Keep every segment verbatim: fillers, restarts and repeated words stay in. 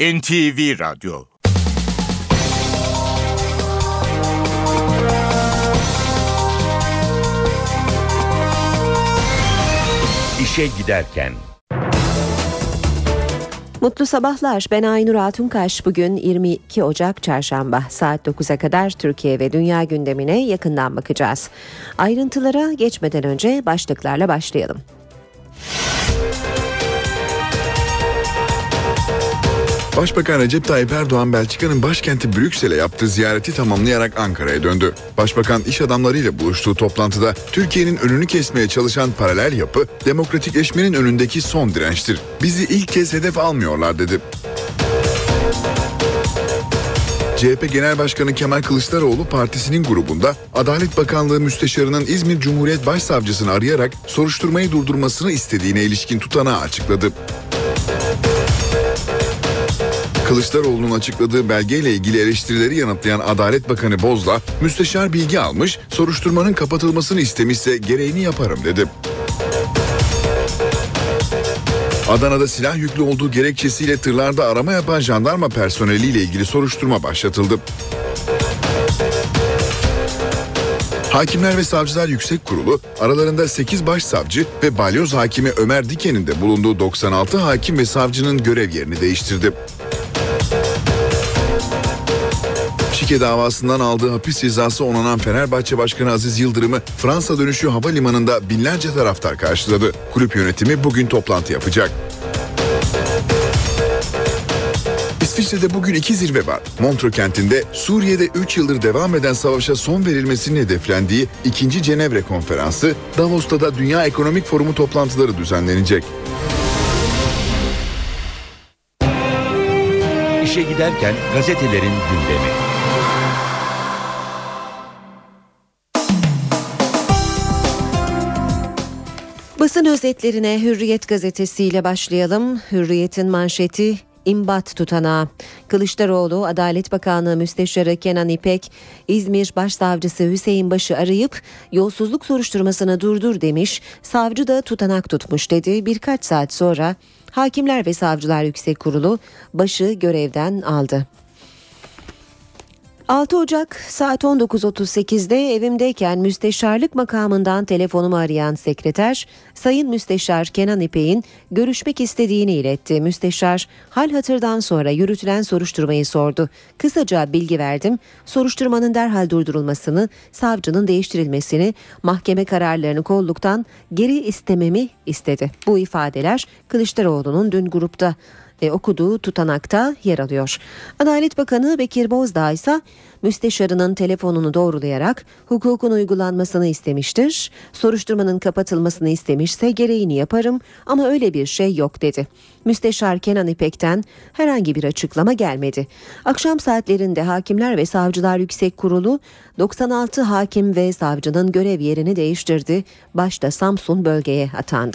N T V Radyo. İşe giderken. Mutlu sabahlar. Ben Aynur Altunkaş. Bugün yirmi iki Ocak Çarşamba. Saat dokuza kadar Türkiye ve dünya gündemine yakından bakacağız. Ayrıntılara geçmeden önce başlıklarla başlayalım. Başbakan Recep Tayyip Erdoğan, Belçika'nın başkenti Brüksel'e yaptığı ziyareti tamamlayarak Ankara'ya döndü. Başbakan iş adamlarıyla buluştuğu toplantıda Türkiye'nin önünü kesmeye çalışan paralel yapı, demokratikleşmenin önündeki son dirençtir. Bizi ilk kez hedef almıyorlar dedi. C H P Genel Başkanı Kemal Kılıçdaroğlu partisinin grubunda Adalet Bakanlığı Müsteşarı'nın İzmir Cumhuriyet Başsavcısını arayarak soruşturmayı durdurmasını istediğine ilişkin tutanağı açıkladı. Kılıçdaroğlu'nun açıkladığı belgeyle ilgili eleştirileri yanıtlayan Adalet Bakanı Bozda, müsteşar bilgi almış, soruşturmanın kapatılmasını istemişse gereğini yaparım dedi. Adana'da silah yüklü olduğu gerekçesiyle tırlarda arama yapan jandarma personeliyle ilgili soruşturma başlatıldı. Hakimler ve Savcılar Yüksek Kurulu, aralarında sekiz başsavcı ve balyoz hakimi Ömer Diken'in de bulunduğu doksan altı hakim ve savcının görev yerini değiştirdi. Şike davasından aldığı hapis cezası onanan Fenerbahçe Başkanı Aziz Yıldırım'ı Fransa dönüşü havalimanında binlerce taraftar karşıladı. Kulüp yönetimi bugün toplantı yapacak. İsviçre'de bugün iki zirve var. Montreux kentinde Suriye'de üç yıldır devam eden savaşa son verilmesinin hedeflendiği ikinci Cenevre Konferansı, Davos'ta da Dünya Ekonomik Forumu toplantıları düzenlenecek. İşe giderken gazetelerin gündemi. Basın özetlerine Hürriyet gazetesiyle başlayalım. Hürriyet'in manşeti İmbat tutanağı. Kılıçdaroğlu, Adalet Bakanlığı Müsteşarı Kenan İpek, İzmir Başsavcısı Hüseyin Baş'ı arayıp yolsuzluk soruşturmasını durdur demiş, savcı da tutanak tutmuş dedi. Birkaç saat sonra Hakimler ve Savcılar Yüksek Kurulu Baş'ı görevden aldı. altı Ocak saat on dokuz otuz sekizde evimdeyken müsteşarlık makamından telefonumu arayan sekreter, Sayın Müsteşar Kenan İpek'in görüşmek istediğini iletti. Müsteşar, hal hatırdan sonra yürütülen soruşturmayı sordu. Kısaca bilgi verdim. Soruşturmanın derhal durdurulmasını, savcının değiştirilmesini, mahkeme kararlarını kolluktan geri istememi istedi. Bu ifadeler Kılıçdaroğlu'nun dün grupta E, okuduğu tutanakta yer alıyor. Adalet Bakanı Bekir Bozdağ ise müsteşarının telefonunu doğrulayarak hukukun uygulanmasını istemiştir. Soruşturmanın kapatılmasını istemişse gereğini yaparım ama öyle bir şey yok dedi. Müsteşar Kenan İpek'ten herhangi bir açıklama gelmedi. Akşam saatlerinde Hakimler ve Savcılar Yüksek Kurulu doksan altı hakim ve savcının görev yerini değiştirdi. Başta Samsun bölgeye atandı.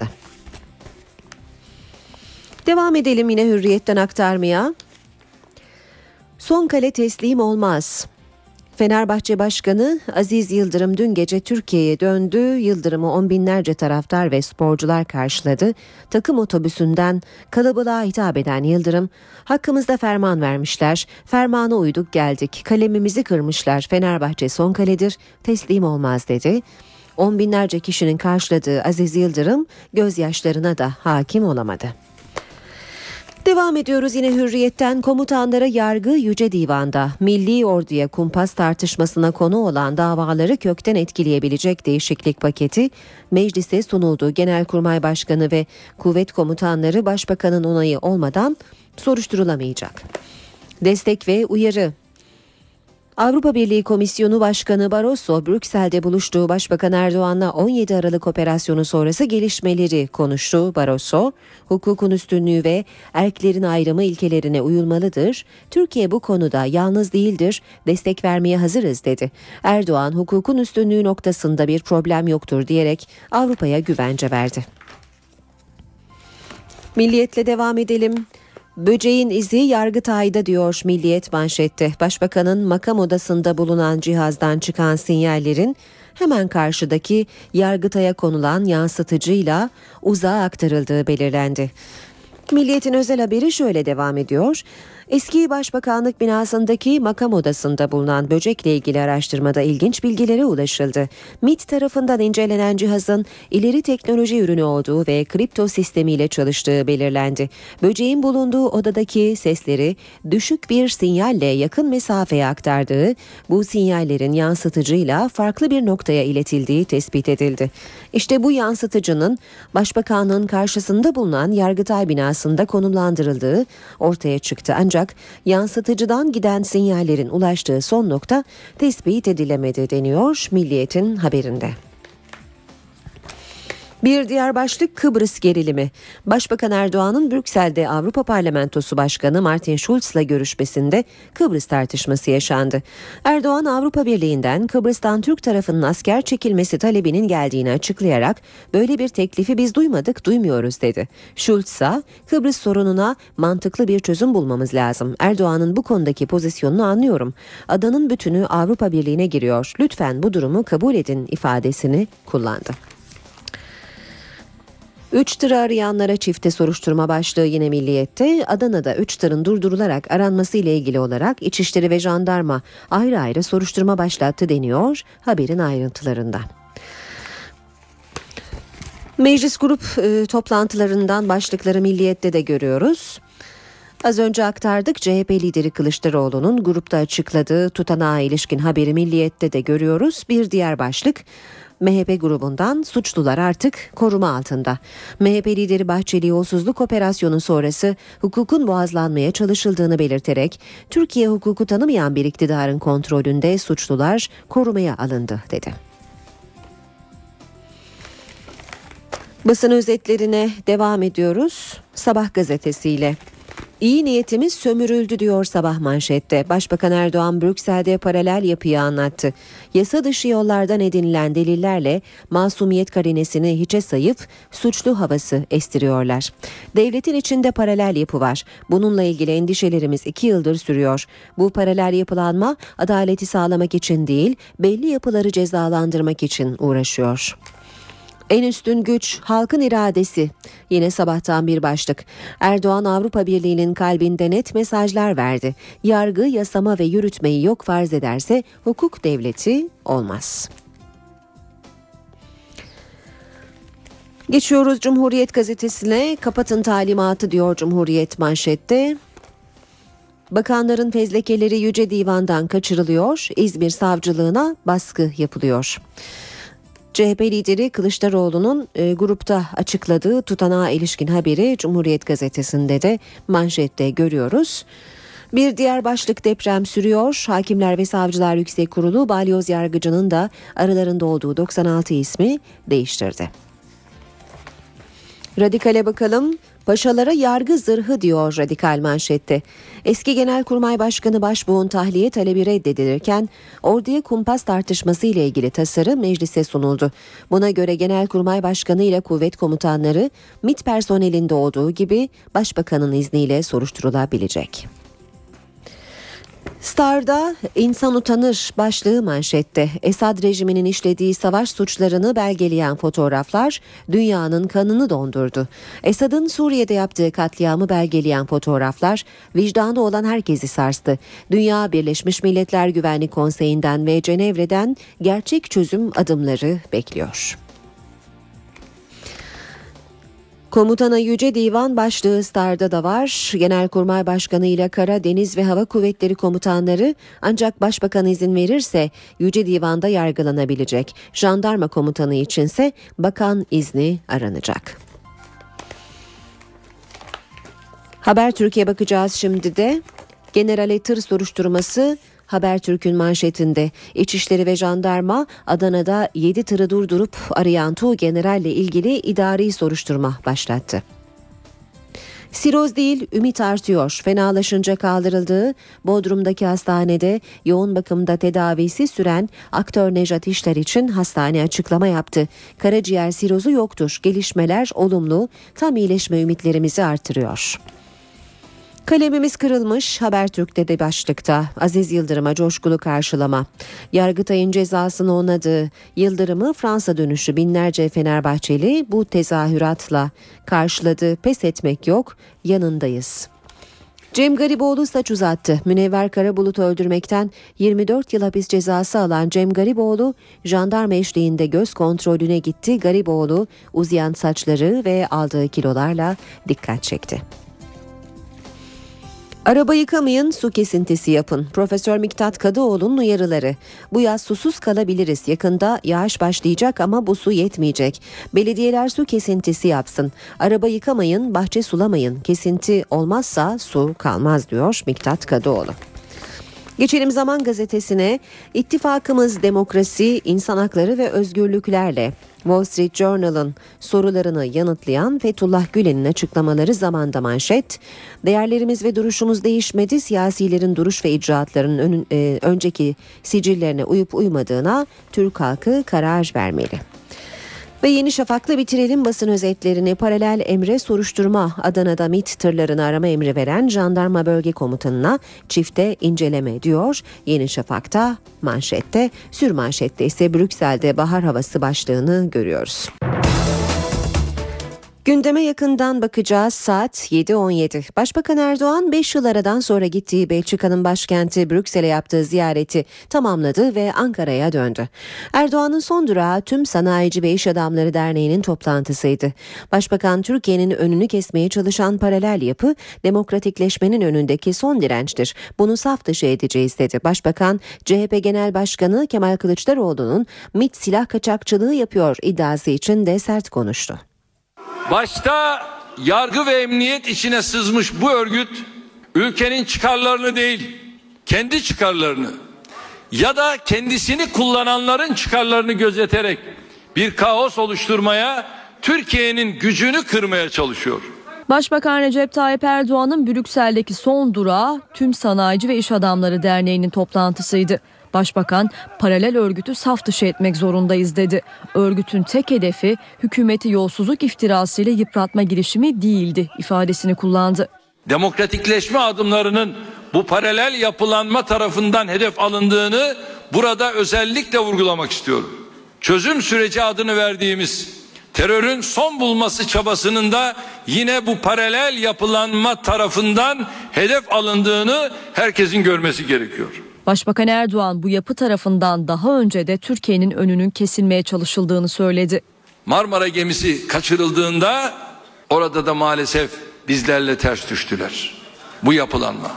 Devam edelim yine Hürriyet'ten aktarmaya. Son kale teslim olmaz. Fenerbahçe Başkanı Aziz Yıldırım dün gece Türkiye'ye döndü. Yıldırım'ı on binlerce taraftar ve sporcular karşıladı. Takım otobüsünden kalabalığa hitap eden Yıldırım, hakkımızda ferman vermişler, fermana uyduk geldik, kalemimizi kırmışlar, Fenerbahçe son kaledir, teslim olmaz dedi. On binlerce kişinin karşıladığı Aziz Yıldırım gözyaşlarına da hakim olamadı. Devam ediyoruz yine Hürriyet'ten. Komutanlara yargı Yüce Divan'da. Milli Ordu'ya kumpas tartışmasına konu olan davaları kökten etkileyebilecek değişiklik paketi meclise sunuldu. Genelkurmay Başkanı ve kuvvet komutanları Başbakanın onayı olmadan soruşturulamayacak. Destek ve uyarı. Avrupa Birliği Komisyonu Başkanı Barroso, Brüksel'de buluştuğu Başbakan Erdoğan'la on yedi Aralık operasyonu sonrası gelişmeleri konuştu. Barroso, hukukun üstünlüğü ve erklerin ayrımı ilkelerine uyulmalıdır. Türkiye bu konuda yalnız değildir, destek vermeye hazırız dedi. Erdoğan, hukukun üstünlüğü noktasında bir problem yoktur diyerek Avrupa'ya güvence verdi. Milliyetle devam edelim. Böceğin izi Yargıtay'da diyor Milliyet manşette. Başbakanın makam odasında bulunan cihazdan çıkan sinyallerin hemen karşıdaki Yargıtay'a konulan yansıtıcıyla uzağa aktarıldığı belirlendi. Milliyet'in özel haberi şöyle devam ediyor. Eski Başbakanlık binasındaki makam odasında bulunan böcekle ilgili araştırmada ilginç bilgilere ulaşıldı. MİT tarafından incelenen cihazın ileri teknoloji ürünü olduğu ve kripto sistemiyle çalıştığı belirlendi. Böceğin bulunduğu odadaki sesleri düşük bir sinyalle yakın mesafeye aktardığı, bu sinyallerin yansıtıcıyla farklı bir noktaya iletildiği tespit edildi. İşte bu yansıtıcının Başbakanlığın karşısında bulunan Yargıtay binasında konumlandırıldığı ortaya çıktı. Ancak yansıtıcıdan giden sinyallerin ulaştığı son nokta tespit edilemedi deniyor Milliyet'in haberinde. Bir diğer başlık Kıbrıs gerilimi. Başbakan Erdoğan'ın Brüksel'de Avrupa Parlamentosu Başkanı Martin Schulz'la görüşmesinde Kıbrıs tartışması yaşandı. Erdoğan Avrupa Birliği'nden Kıbrıs'tan Türk tarafının asker çekilmesi talebinin geldiğini açıklayarak böyle bir teklifi biz duymadık, duymuyoruz dedi. Schulz ise Kıbrıs sorununa mantıklı bir çözüm bulmamız lazım. Erdoğan'ın bu konudaki pozisyonunu anlıyorum. Adanın bütünü Avrupa Birliği'ne giriyor. Lütfen bu durumu kabul edin ifadesini kullandı. Üç tırı arayanlara çifte soruşturma başlığı yine Milliyet'te. Adana'da üç tırın durdurularak aranması ile ilgili olarak İçişleri ve Jandarma ayrı ayrı soruşturma başlattı deniyor haberin ayrıntılarında. Meclis grup e, toplantılarından başlıkları Milliyet'te de görüyoruz. Az önce aktardık, C H P lideri Kılıçdaroğlu'nun grupta açıkladığı tutanağa ilişkin haberi Milliyet'te de görüyoruz. Bir diğer başlık M H P grubundan suçlular artık koruma altında. M H P lideri Bahçeli yolsuzluk operasyonu sonrası hukukun boğazlanmaya çalışıldığını belirterek Türkiye hukuku tanımayan bir iktidarın kontrolünde suçlular korumaya alındı dedi. Basın özetlerine devam ediyoruz. Sabah gazetesiyle. İyi niyetimiz sömürüldü diyor Sabah manşette. Başbakan Erdoğan Brüksel'de paralel yapıyı anlattı. Yasa dışı yollardan edinilen delillerle masumiyet karinesini hiçe sayıp suçlu havası estiriyorlar. Devletin içinde paralel yapı var. Bununla ilgili endişelerimiz iki yıldır sürüyor. Bu paralel yapılanma adaleti sağlamak için değil, belli yapıları cezalandırmak için uğraşıyor. En üstün güç halkın iradesi. Yine Sabahtan bir başlık. Erdoğan Avrupa Birliği'nin kalbinde net mesajlar verdi. Yargı, yasama ve yürütmeyi yok farz ederse hukuk devleti olmaz. Geçiyoruz Cumhuriyet gazetesine. Kapatın talimatı diyor Cumhuriyet manşette. Bakanların fezlekeleri Yüce Divan'dan kaçırılıyor. İzmir Savcılığına baskı yapılıyor. C H P lideri Kılıçdaroğlu'nun e, grupta açıkladığı tutanağa ilişkin haberi Cumhuriyet gazetesinde de manşette görüyoruz. Bir diğer başlık deprem sürüyor. Hakimler ve Savcılar Yüksek Kurulu balyoz yargıcının da aralarında olduğu doksan altı ismi değiştirdi. Radikale bakalım. Paşalara yargı zırhı diyor Radikal manşette. Eski Genelkurmay Başkanı Başbuğ'un tahliye talebi reddedilirken orduya kumpas tartışması ile ilgili tasarı meclise sunuldu. Buna göre Genelkurmay Başkanı ile kuvvet komutanları MİT personelinde olduğu gibi Başbakanın izniyle soruşturulabilecek. Star'da insan utanır başlığı manşette. Esad rejiminin işlediği savaş suçlarını belgeleyen fotoğraflar dünyanın kanını dondurdu. Esad'ın Suriye'de yaptığı katliamı belgeleyen fotoğraflar vicdanı olan herkesi sarstı. Dünya Birleşmiş Milletler Güvenlik Konseyi'nden ve Cenevre'den gerçek çözüm adımları bekliyor. Komutana Yüce Divan başlığı Star'da da var. Genelkurmay Başkanı ile Kara, Deniz ve Hava Kuvvetleri komutanları ancak Başbakan izin verirse Yüce Divan'da yargılanabilecek. Jandarma komutanı içinse bakan izni aranacak. Habertürk'e bakacağız şimdi de. Generale tır soruşturması Habertürk'ün manşetinde. İçişleri ve Jandarma Adana'da yedi tırı durdurup arayan Tuğgeneral'le ilgili idari soruşturma başlattı. Siroz değil, ümit artıyor. Fenalaşınca kaldırıldığı Bodrum'daki hastanede yoğun bakımda tedavisi süren aktör Nejat İşler için hastane açıklama yaptı. Karaciğer sirozu yoktur. Gelişmeler olumlu. Tam iyileşme ümitlerimizi artırıyor. Kalemimiz kırılmış. Habertürk'te de başlıkta Aziz Yıldırım'a coşkulu karşılama. Yargıtay'ın cezasını onadığı Yıldırım'ı Fransa dönüşü binlerce Fenerbahçeli bu tezahüratla karşıladı. Pes etmek yok, yanındayız. Cem Gariboğlu saç uzattı. Münevver Karabulut'u öldürmekten yirmi dört yıl hapis cezası alan Cem Gariboğlu, jandarma eşliğinde göz kontrolüne gitti. Gariboğlu uzayan saçları ve aldığı kilolarla dikkat çekti. Araba yıkamayın, su kesintisi yapın. Profesör Miktat Kadıoğlu'nun uyarıları. Bu yaz susuz kalabiliriz. Yakında yağış başlayacak ama bu su yetmeyecek. Belediyeler su kesintisi yapsın. Araba yıkamayın, bahçe sulamayın. Kesinti olmazsa su kalmaz diyor Miktat Kadıoğlu. Geçelim Zaman Gazetesi'ne. İttifakımız demokrasi, insan hakları ve özgürlüklerle. Wall Street Journal'ın sorularını yanıtlayan Fethullah Gülen'in açıklamaları Zaman'da manşet. Değerlerimiz ve duruşumuz değişmedi. Siyasilerin duruş ve icraatlarının ön, e, önceki sicillerine uyup uymadığına Türk halkı karar vermeli. Ve Yeni Şafak'la bitirelim basın özetlerini. Paralel emre soruşturma. Adana'da MİT tırlarını arama emri veren Jandarma Bölge Komutanı'na çifte inceleme diyor. Yeni Şafak'ta manşette, sürmanşette ise Brüksel'de bahar havası başlığını görüyoruz. Gündeme yakından bakacağız. Saat yedi on yedi. Başbakan Erdoğan beş yıl aradan sonra gittiği Belçika'nın başkenti Brüksel'e yaptığı ziyareti tamamladı ve Ankara'ya döndü. Erdoğan'ın son durağı Tüm Sanayici ve İş Adamları Derneği'nin toplantısıydı. Başbakan Türkiye'nin önünü kesmeye çalışan paralel yapı demokratikleşmenin önündeki son dirençtir. Bunu saf dışı edeceğiz dedi. Başbakan C H P Genel Başkanı Kemal Kılıçdaroğlu'nun MİT silah kaçakçılığı yapıyor iddiası için de sert konuştu. Başta yargı ve emniyet içine sızmış bu örgüt ülkenin çıkarlarını değil, kendi çıkarlarını ya da kendisini kullananların çıkarlarını gözeterek bir kaos oluşturmaya, Türkiye'nin gücünü kırmaya çalışıyor. Başbakan Recep Tayyip Erdoğan'ın Brüksel'deki son durağı Tüm Sanayici ve İş Adamları Derneği'nin toplantısıydı. Başbakan paralel örgütü saf dışı etmek zorundayız dedi. Örgütün tek hedefi hükümeti yolsuzluk iftirasıyla yıpratma girişimi değildi ifadesini kullandı. Demokratikleşme adımlarının bu paralel yapılanma tarafından hedef alındığını burada özellikle vurgulamak istiyorum. Çözüm süreci adını verdiğimiz terörün son bulması çabasının da yine bu paralel yapılanma tarafından hedef alındığını herkesin görmesi gerekiyor. Başbakan Erdoğan bu yapı tarafından daha önce de Türkiye'nin önünün kesilmeye çalışıldığını söyledi. Marmara gemisi kaçırıldığında orada da maalesef bizlerle ters düştüler. Bu yapılanma.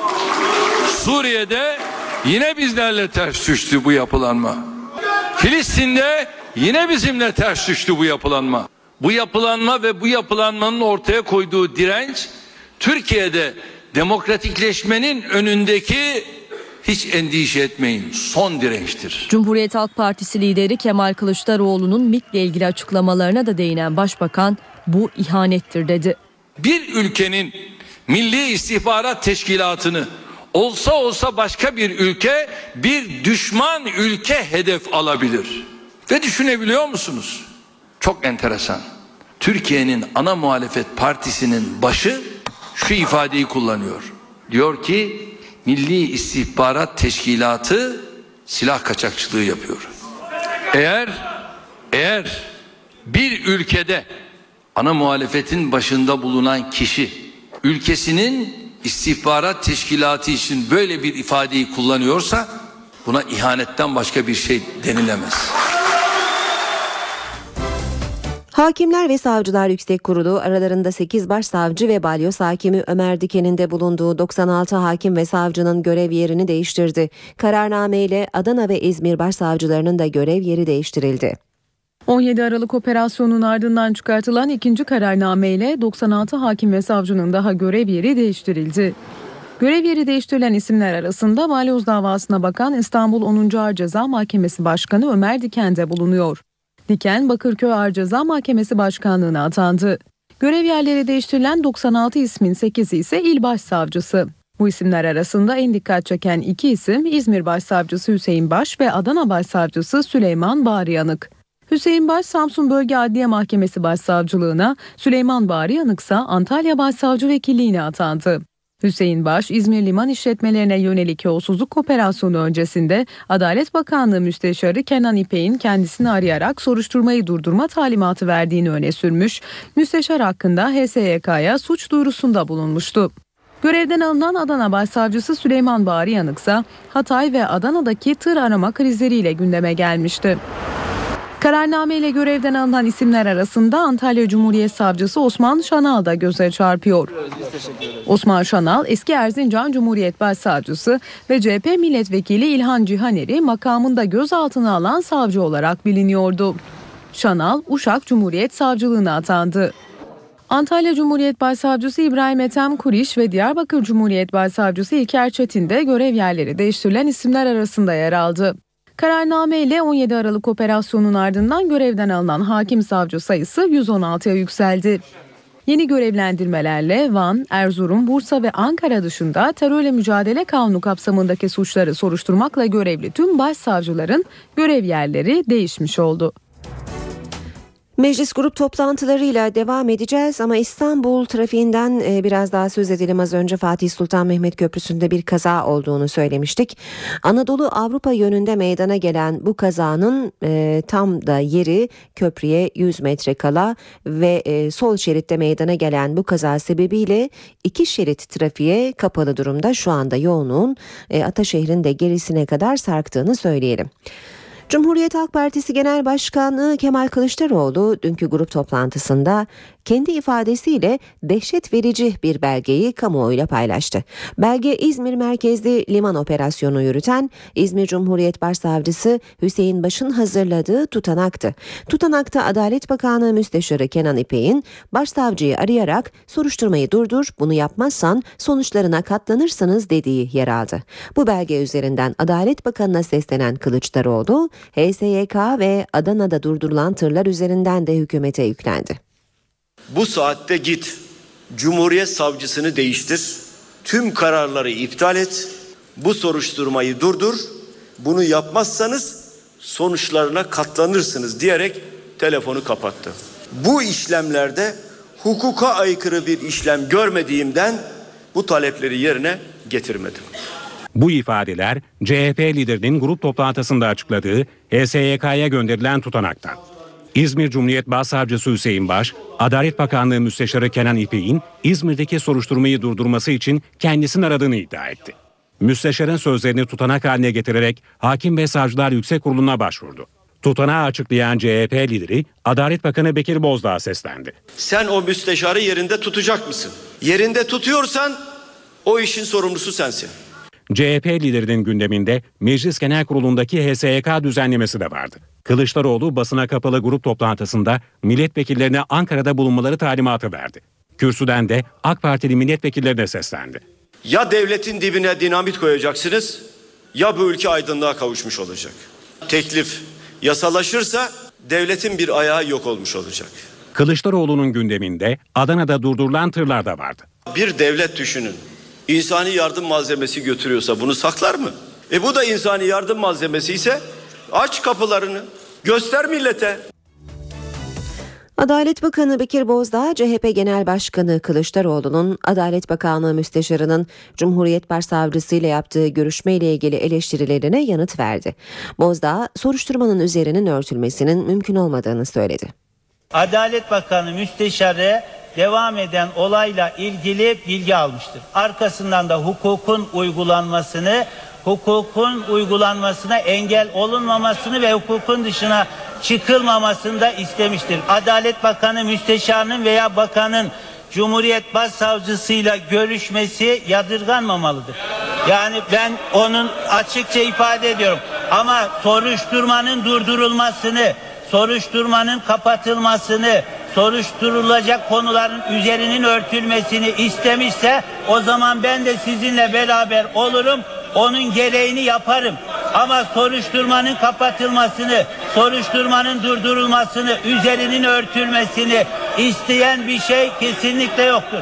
Suriye'de yine bizlerle ters düştü bu yapılanma. Filistin'de yine bizimle ters düştü bu yapılanma. Bu yapılanma ve bu yapılanmanın ortaya koyduğu direnç Türkiye'de demokratikleşmenin önündeki, hiç endişe etmeyin, son dirençtir. Cumhuriyet Halk Partisi lideri Kemal Kılıçdaroğlu'nun MİT'le ilgili açıklamalarına da değinen başbakan bu ihanettir dedi. Bir ülkenin Milli İstihbarat Teşkilatı'nı olsa olsa başka bir ülke bir düşman ülke hedef alabilir. Ve düşünebiliyor musunuz? Çok enteresan. Türkiye'nin ana muhalefet partisinin başı şu ifadeyi kullanıyor. Diyor ki Milli İstihbarat Teşkilatı silah kaçakçılığı yapıyor. Eğer eğer bir ülkede ana muhalefetin başında bulunan kişi ülkesinin istihbarat teşkilatı için böyle bir ifadeyi kullanıyorsa buna ihanetten başka bir şey denilemez. Hakimler ve Savcılar Yüksek Kurulu aralarında sekiz başsavcı ve balyoz hakimi Ömer Diken'in de bulunduğu doksan altı hakim ve savcının görev yerini değiştirdi. Kararnameyle Adana ve İzmir başsavcılarının da görev yeri değiştirildi. on yedi Aralık operasyonunun ardından çıkartılan ikinci kararnameyle doksan altı hakim ve savcının daha görev yeri değiştirildi. Görev yeri değiştirilen isimler arasında balyoz davasına bakan İstanbul onuncu Ağır Ceza Mahkemesi Başkanı Ömer Diken de bulunuyor. Diken, Bakırköy Ağır Ceza Mahkemesi Başkanlığı'na atandı. Görev yerleri değiştirilen doksan altı ismin sekizi ise il başsavcısı. Bu isimler arasında en dikkat çeken iki isim İzmir Başsavcısı Hüseyin Baş ve Adana Başsavcısı Süleyman Bari Yanık. Hüseyin Baş, Samsun Bölge Adliye Mahkemesi Başsavcılığına, Süleyman Bari Yanık ise Antalya Başsavcı Vekilliğine atandı. Hüseyin Baş, İzmir liman işletmelerine yönelik yolsuzluk operasyonu öncesinde Adalet Bakanlığı Müsteşarı Kenan İpek'in kendisini arayarak soruşturmayı durdurma talimatı verdiğini öne sürmüş, müsteşar hakkında H S Y K'ya suç duyurusunda bulunmuştu. Görevden alınan Adana Başsavcısı Süleyman Bari Yanıksa Hatay ve Adana'daki tır arama krizleriyle gündeme gelmişti. Kararname ile görevden alınan isimler arasında Antalya Cumhuriyet Savcısı Osman Şanal da göze çarpıyor. Osman Şanal, eski Erzincan Cumhuriyet Başsavcısı ve C H P Milletvekili İlhan Cihaner'i makamında gözaltına alan savcı olarak biliniyordu. Şanal, Uşak Cumhuriyet Savcılığına atandı. Antalya Cumhuriyet Başsavcısı İbrahim Ethem Kuriş ve Diyarbakır Cumhuriyet Başsavcısı İlker Çetin de görev yerleri değiştirilen isimler arasında yer aldı. Kararname ile on yedi Aralık operasyonunun ardından görevden alınan hakim savcı sayısı yüz on altıya yükseldi. Yeni görevlendirmelerle Van, Erzurum, Bursa ve Ankara dışında terörle mücadele kanunu kapsamındaki suçları soruşturmakla görevli tüm başsavcıların görev yerleri değişmiş oldu. Meclis grup toplantılarıyla devam edeceğiz ama İstanbul trafiğinden biraz daha söz edelim. Az önce Fatih Sultan Mehmet Köprüsü'nde bir kaza olduğunu söylemiştik. Anadolu Avrupa yönünde meydana gelen bu kazanın e, tam da yeri köprüye yüz metre kala ve e, sol şeritte meydana gelen bu kaza sebebiyle iki şerit trafiğe kapalı durumda. Şu anda yoğunluğun e, Ataşehir'in de gerisine kadar sarktığını söyleyelim. Cumhuriyet Halk Partisi Genel Başkanı Kemal Kılıçdaroğlu dünkü grup toplantısında kendi ifadesiyle dehşet verici bir belgeyi kamuoyuyla paylaştı. Belge İzmir merkezli liman operasyonu yürüten İzmir Cumhuriyet Başsavcısı Hüseyin Baş'ın hazırladığı tutanaktı. Tutanakta Adalet Bakanı Müsteşarı Kenan İpek'in başsavcıyı arayarak soruşturmayı durdur, bunu yapmazsan sonuçlarına katlanırsınız dediği yer aldı. Bu belge üzerinden Adalet Bakanı'na seslenen Kılıçdaroğlu, H S Y K ve Adana'da durdurulan tırlar üzerinden de hükümete yüklendi. Bu saatte git, Cumhuriyet Savcısını değiştir, tüm kararları iptal et, bu soruşturmayı durdur, bunu yapmazsanız sonuçlarına katlanırsınız diyerek telefonu kapattı. Bu işlemlerde hukuka aykırı bir işlem görmediğimden bu talepleri yerine getirmedim. Bu ifadeler C H P liderinin grup toplantısında açıkladığı H S Y K'ya gönderilen tutanaktan. İzmir Cumhuriyet Başsavcısı Hüseyin Baş, Adalet Bakanlığı Müsteşarı Kenan İpek'in İzmir'deki soruşturmayı durdurması için kendisini aradığını iddia etti. Müsteşarın sözlerini tutanak haline getirerek Hakim ve Savcılar Yüksek Kurulu'na başvurdu. Tutanağı açıklayan C H P lideri Adalet Bakanı Bekir Bozdağ'a seslendi. Sen o müsteşarı yerinde tutacak mısın? Yerinde tutuyorsan o işin sorumlusu sensin. C H P liderinin gündeminde Meclis Genel Kurulu'ndaki H S Y K düzenlemesi de vardı. Kılıçdaroğlu basına kapalı grup toplantısında milletvekillerine Ankara'da bulunmaları talimatı verdi. Kürsüden de AK Partili milletvekillerine seslendi. Ya devletin dibine dinamit koyacaksınız ya bu ülke aydınlığa kavuşmuş olacak. Teklif yasalaşırsa devletin bir ayağı yok olmuş olacak. Kılıçdaroğlu'nun gündeminde Adana'da durdurulan tırlar da vardı. Bir devlet düşünün. İnsani yardım malzemesi götürüyorsa bunu saklar mı? E bu da insani yardım malzemesi ise aç kapılarını, göster millete. Adalet Bakanı Bekir Bozdağ, C H P Genel Başkanı Kılıçdaroğlu'nun Adalet Bakanlığı Müsteşarı'nın Cumhuriyet Başsavcısı ile yaptığı görüşmeyle ilgili eleştirilerine yanıt verdi. Bozdağ, soruşturmanın üzerinin örtülmesinin mümkün olmadığını söyledi. Adalet Bakanı Müsteşarı devam eden olayla ilgili bilgi almıştır. Arkasından da hukukun uygulanmasını, hukukun uygulanmasına engel olunmamasını ve hukukun dışına çıkılmamasını da istemiştir. Adalet Bakanı Müsteşarının veya bakanın Cumhuriyet Başsavcısıyla görüşmesi yadırganmamalıdır. Yani ben onun açıkça ifade ediyorum. Ama soruşturmanın durdurulmasını, soruşturmanın kapatılmasını, soruşturulacak konuların üzerinin örtülmesini istemişse o zaman ben de sizinle beraber olurum, onun gereğini yaparım. Ama soruşturmanın kapatılmasını, soruşturmanın durdurulmasını, üzerinin örtülmesini isteyen bir şey kesinlikle yoktur.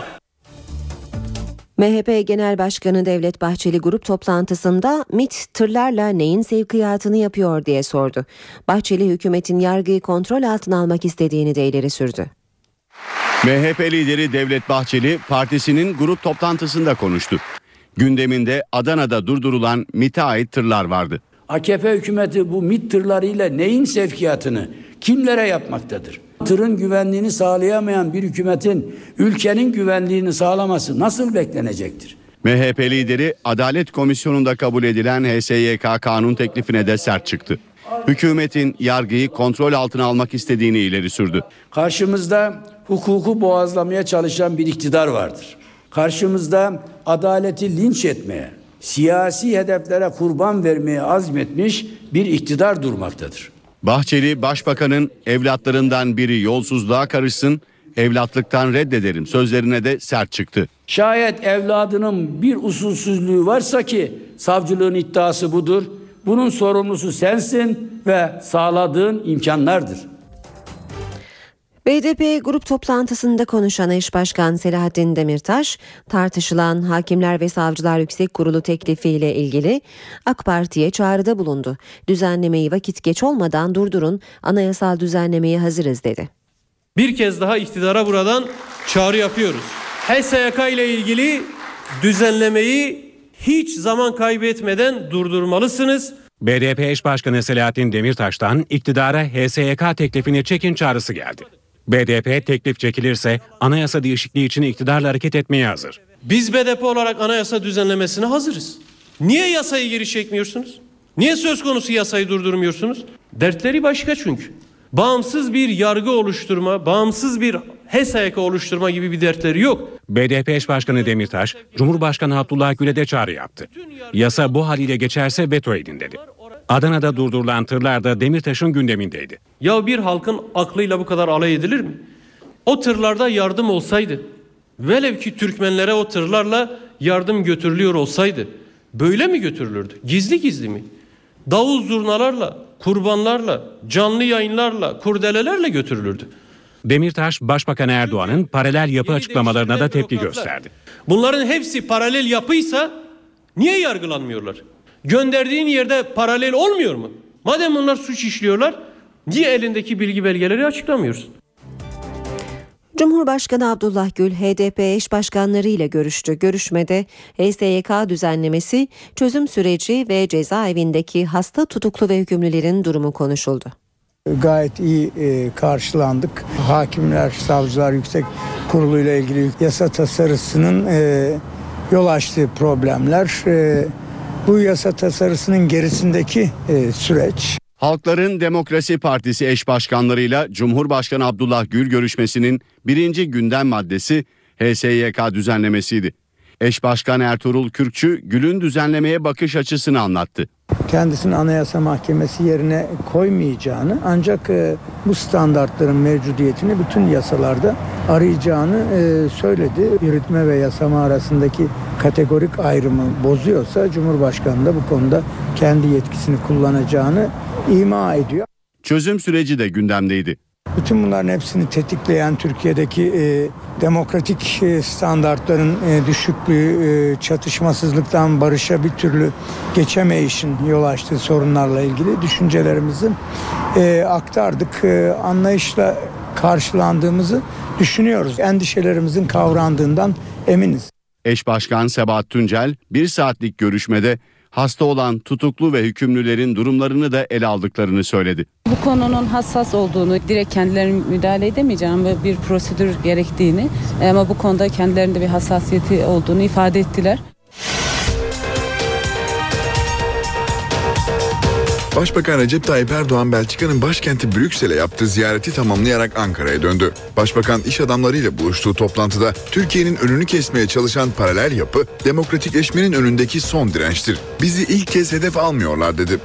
M H P Genel Başkanı Devlet Bahçeli grup toplantısında MİT tırlarla neyin sevkiyatını yapıyor diye sordu. Bahçeli hükümetin yargıyı kontrol altına almak istediğini de ileri sürdü. M H P lideri Devlet Bahçeli partisinin grup toplantısında konuştu. Gündeminde Adana'da durdurulan MİT'e ait tırlar vardı. A K P hükümeti bu MİT tırlarıyla neyin sevkiyatını kimlere yapmaktadır? Tırın güvenliğini sağlayamayan bir hükümetin ülkenin güvenliğini sağlaması nasıl beklenecektir? M H P lideri Adalet Komisyonu'nda kabul edilen H S Y K kanun teklifine de sert çıktı. Hükümetin yargıyı kontrol altına almak istediğini ileri sürdü. Karşımızda hukuku boğazlamaya çalışan bir iktidar vardır. Karşımızda adaleti linç etmeye, siyasi hedeflere kurban vermeye azmetmiş bir iktidar durmaktadır. Bahçeli, Başbakan'ın evlatlarından biri yolsuzluğa karışsın, evlatlıktan reddederim sözlerine de sert çıktı. Şayet evladının bir usulsüzlüğü varsa ki savcılığın iddiası budur. Bunun sorumlusu sensin ve sağladığın imkanlardır. B D P grup toplantısında konuşan eş başkan Selahattin Demirtaş, tartışılan Hakimler ve Savcılar Yüksek Kurulu teklifiyle ilgili AK Parti'ye çağrıda bulundu. Düzenlemeyi vakit geç olmadan durdurun, anayasal düzenlemeye hazırız dedi. Bir kez daha iktidara buradan çağrı yapıyoruz. H S Y K ile ilgili düzenlemeyi hiç zaman kaybetmeden durdurmalısınız. B D P eş başkanı Selahattin Demirtaş'tan iktidara H S Y K teklifini çekin çağrısı geldi. B D P teklif çekilirse anayasa değişikliği için iktidarla hareket etmeye hazır. Biz B D P olarak anayasa düzenlemesine hazırız. Niye yasayı geri çekmiyorsunuz? Niye söz konusu yasayı durdurmuyorsunuz? Dertleri başka çünkü. Bağımsız bir yargı oluşturma, bağımsız bir H S Y K oluşturma gibi bir dertleri yok. B D P eş başkanı Demirtaş, Cumhurbaşkanı Abdullah Gül'e de çağrı yaptı. Yasa bu haliyle geçerse veto edin dedi. Adana'da durdurulan tırlar da Demirtaş'ın gündemindeydi. Ya bir halkın aklıyla bu kadar alay edilir mi? O tırlarda yardım olsaydı, velev ki Türkmenlere o tırlarla yardım götürülüyor olsaydı, böyle mi götürülürdü? Gizli gizli mi? Davul zurnalarla, kurbanlarla, canlı yayınlarla, kurdelelerle götürülürdü. Demirtaş, Başbakan Erdoğan'ın paralel yapı açıklamalarına da tepki gösterdi. Bunların hepsi paralel yapıysa niye yargılanmıyorlar? Gönderdiğin yerde paralel olmuyor mu? Madem bunlar suç işliyorlar, niye elindeki bilgi belgeleri açıklamıyorsun? Cumhurbaşkanı Abdullah Gül, H D P eş başkanları ile görüştü. Görüşmede H S Y K düzenlemesi, çözüm süreci ve cezaevindeki hasta, tutuklu ve hükümlülerin durumu konuşuldu. Gayet iyi e, karşılandık. Hakimler, Savcılar Yüksek Kurulu ile ilgili yasa tasarısının e, yol açtığı problemler, e, bu yasa tasarısının gerisindeki e, süreç. Halkların Demokrasi Partisi eş başkanlarıyla Cumhurbaşkanı Abdullah Gül görüşmesinin birinci gündem maddesi H S Y K düzenlemesiydi. Eş Başkan Ertuğrul Kürkçü, Gül'ün düzenlemeye bakış açısını anlattı. Kendisini Anayasa Mahkemesi yerine koymayacağını, ancak e, bu standartların mevcudiyetini bütün yasalarda arayacağını e, söyledi. Yürütme ve yasama arasındaki kategorik ayrımı bozuyorsa Cumhurbaşkanı da bu konuda kendi yetkisini kullanacağını ima ediyor. Çözüm süreci de gündemdeydi. Bütün bunların hepsini tetikleyen Türkiye'deki e, demokratik e, standartların e, düşüklüğü, e, çatışmasızlıktan barışa bir türlü geçemeyişin yol açtığı sorunlarla ilgili düşüncelerimizi e, aktardık. E, anlayışla karşılandığımızı düşünüyoruz. Endişelerimizin kavrandığından eminiz. Eş Başkan Sebahat Tuncel bir saatlik görüşmede hasta olan tutuklu ve hükümlülerin durumlarını da ele aldıklarını söyledi. Bu konunun hassas olduğunu, direkt kendilerine müdahale edemeyeceğim ve bir prosedür gerektiğini, ama bu konuda kendilerinde bir hassasiyeti olduğunu ifade ettiler. Başbakan Recep Tayyip Erdoğan, Belçika'nın başkenti Brüksel'e yaptığı ziyareti tamamlayarak Ankara'ya döndü. Başbakan iş adamlarıyla buluştuğu toplantıda Türkiye'nin önünü kesmeye çalışan paralel yapı, demokratikleşmenin önündeki son dirençtir. Bizi ilk kez hedef almıyorlar dedi.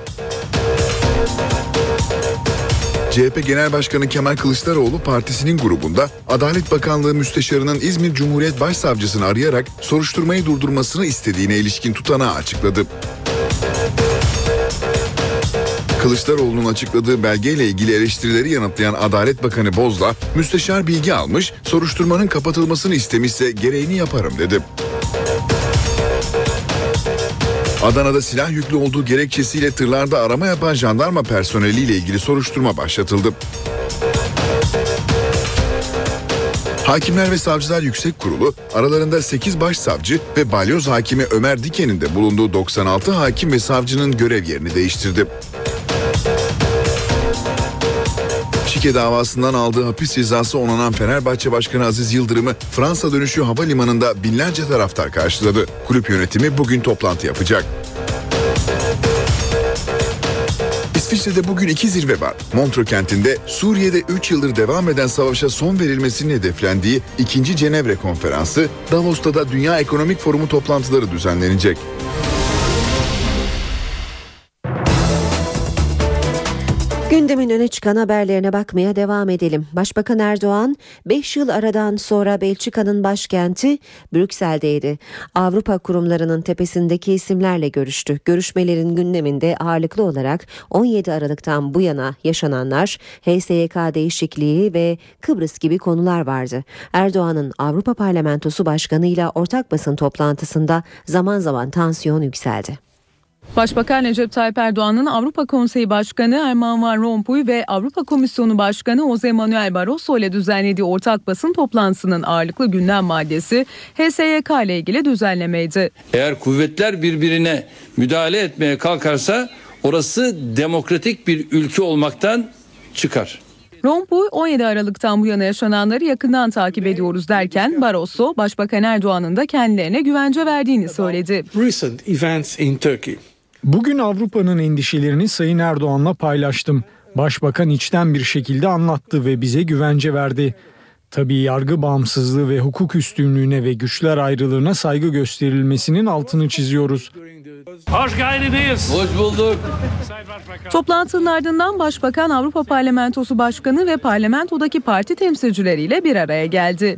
C H P Genel Başkanı Kemal Kılıçdaroğlu partisinin grubunda Adalet Bakanlığı Müsteşarı'nın İzmir Cumhuriyet Başsavcısını arayarak soruşturmayı durdurmasını istediğine ilişkin tutanağı açıkladı. Kılıçdaroğlu'nun açıkladığı belgeyle ilgili eleştirileri yanıtlayan Adalet Bakanı Bozla, müsteşar bilgi almış, soruşturmanın kapatılmasını istemişse gereğini yaparım dedi. Adana'da silah yüklü olduğu gerekçesiyle tırlarda arama yapan jandarma personeliyle ilgili soruşturma başlatıldı. Hakimler ve Savcılar Yüksek Kurulu, aralarında sekiz başsavcı ve balyoz hakimi Ömer Diken'in de bulunduğu doksan altı hakim ve savcının görev yerini değiştirdi. Şike davasından aldığı hapis cezası onanan Fenerbahçe Başkanı Aziz Yıldırım'ı Fransa dönüşü havalimanında binlerce taraftar karşıladı. Kulüp yönetimi bugün toplantı yapacak. İsviçre'de bugün iki zirve var. Montreux kentinde Suriye'de üç yıldır devam eden savaşa son verilmesinin hedeflendiği ikinci Cenevre Konferansı, Davos'ta da Dünya Ekonomik Forumu toplantıları düzenlenecek. Gündemin öne çıkan haberlerine bakmaya devam edelim. Başbakan Erdoğan beş yıl aradan sonra Belçika'nın başkenti Brüksel'deydi. Avrupa kurumlarının tepesindeki isimlerle görüştü. Görüşmelerin gündeminde ağırlıklı olarak on yedi Aralık'tan bu yana yaşananlar, H S Y K değişikliği ve Kıbrıs gibi konular vardı. Erdoğan'ın Avrupa Parlamentosu Başkanı'yla ortak basın toplantısında zaman zaman tansiyon yükseldi. Başbakan Recep Tayyip Erdoğan'ın Avrupa Konseyi Başkanı Herman Van Rompuy ve Avrupa Komisyonu Başkanı Jose Manuel Barroso ile düzenlediği ortak basın toplantısının ağırlıklı gündem maddesi H S Y K ile ilgili düzenlemeydi. Eğer kuvvetler birbirine müdahale etmeye kalkarsa orası demokratik bir ülke olmaktan çıkar. Rompuy on yedi Aralık'tan bu yana yaşananları yakından takip ediyoruz derken Barroso, Başbakan Erdoğan'ın da kendilerine güvence verdiğini söyledi. Bugün Avrupa'nın endişelerini Sayın Erdoğan'la paylaştım. Başbakan içten bir şekilde anlattı ve bize güvence verdi. Tabii yargı bağımsızlığı ve hukuk üstünlüğüne ve güçler ayrılığına saygı gösterilmesinin altını çiziyoruz. Hoş geldiniz. Hoş bulduk. Toplantının ardından Başbakan Avrupa Parlamentosu Başkanı ve parlamentodaki parti temsilcileriyle bir araya geldi.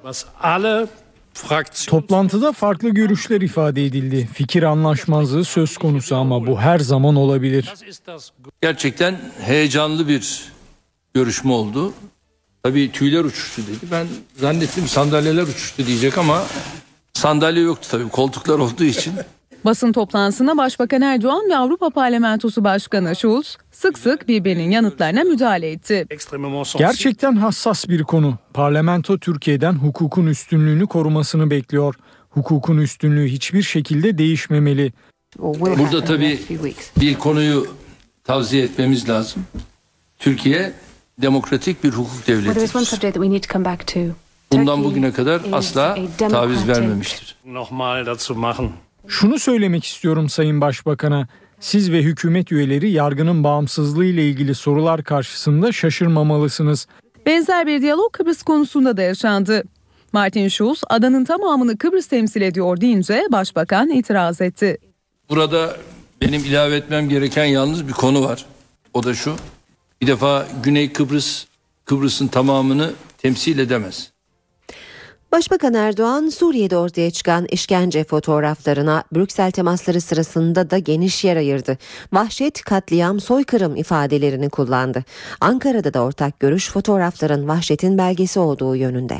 Toplantıda farklı görüşler ifade edildi. Fikir anlaşmazlığı söz konusu ama bu her zaman olabilir. Gerçekten heyecanlı bir görüşme oldu. Tabii tüyler uçuştu dedi. Ben zannettim sandalyeler uçuştu diyecek ama sandalye yoktu tabii, koltuklar olduğu için. Basın toplantısına Başbakan Erdoğan ve Avrupa Parlamentosu Başkanı Schulz sık sık birbirinin yanıtlarına müdahale etti. Gerçekten hassas bir konu. Parlamento Türkiye'den hukukun üstünlüğünü korumasını bekliyor. Hukukun üstünlüğü hiçbir şekilde değişmemeli. Burada tabii bir konuyu tavsiye etmemiz lazım. Türkiye demokratik bir hukuk devletidir. Bundan bugüne kadar asla taviz vermemiştir. Şunu söylemek istiyorum Sayın Başbakan'a. Siz ve hükümet üyeleri yargının bağımsızlığı ile ilgili sorular karşısında şaşırmamalısınız. Benzer bir diyalog Kıbrıs konusunda da yaşandı. Martin Schulz adanın tamamını Kıbrıs temsil ediyor deyince Başbakan itiraz etti. Burada benim ilave etmem gereken yalnız bir konu var. O da şu: bir defa Güney Kıbrıs, Kıbrıs'ın tamamını temsil edemez. Başbakan Erdoğan, Suriye'de ortaya çıkan işkence fotoğraflarına Brüksel temasları sırasında da geniş yer ayırdı. Vahşet, katliam, soykırım ifadelerini kullandı. Ankara'da da ortak görüş fotoğrafların vahşetin belgesi olduğu yönünde.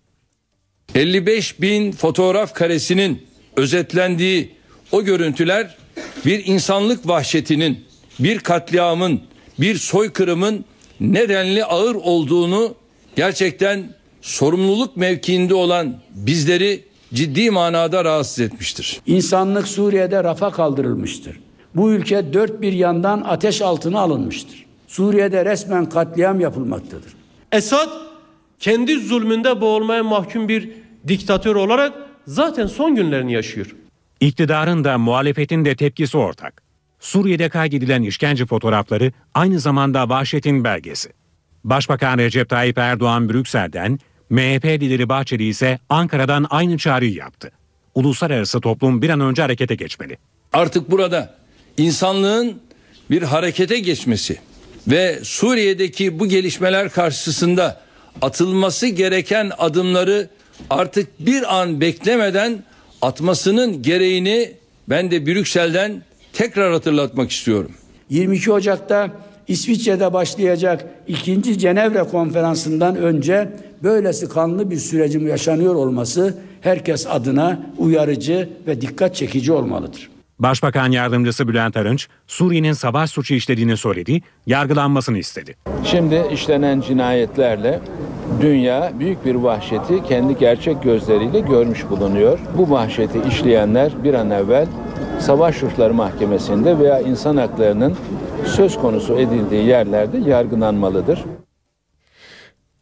elli beş bin fotoğraf karesinin özetlendiği o görüntüler bir insanlık vahşetinin, bir katliamın, bir soykırımın nedenli ağır olduğunu, gerçekten sorumluluk mevkiinde olan bizleri ciddi manada rahatsız etmiştir. İnsanlık Suriye'de rafa kaldırılmıştır. Bu ülke dört bir yandan ateş altına alınmıştır. Suriye'de resmen katliam yapılmaktadır. Esad kendi zulmünde boğulmaya mahkum bir diktatör olarak zaten son günlerini yaşıyor. İktidarın da muhalefetin de tepkisi ortak. Suriye'de kaydedilen işkence fotoğrafları aynı zamanda vahşetin belgesi. Başbakan Recep Tayyip Erdoğan Brüksel'den, M H P lideri Bahçeli ise Ankara'dan aynı çağrıyı yaptı. Uluslararası toplum bir an önce harekete geçmeli. Artık burada insanlığın bir harekete geçmesi ve Suriye'deki bu gelişmeler karşısında atılması gereken adımları artık bir an beklemeden atmasının gereğini ben de Brüksel'den tekrar hatırlatmak istiyorum. yirmi iki Ocak'ta İsviçre'de başlayacak ikinci Cenevre Konferansı'ndan önce böylesi kanlı bir sürecin yaşanıyor olması herkes adına uyarıcı ve dikkat çekici olmalıdır. Başbakan Yardımcısı Bülent Arınç, Suriye'nin savaş suçu işlediğini söyledi, yargılanmasını istedi. Şimdi işlenen cinayetlerle dünya büyük bir vahşeti kendi gerçek gözleriyle görmüş bulunuyor. Bu vahşeti işleyenler bir an evvel Savaş Suçları Mahkemesi'nde veya insan haklarının söz konusu edildiği yerlerde yargılanmalıdır.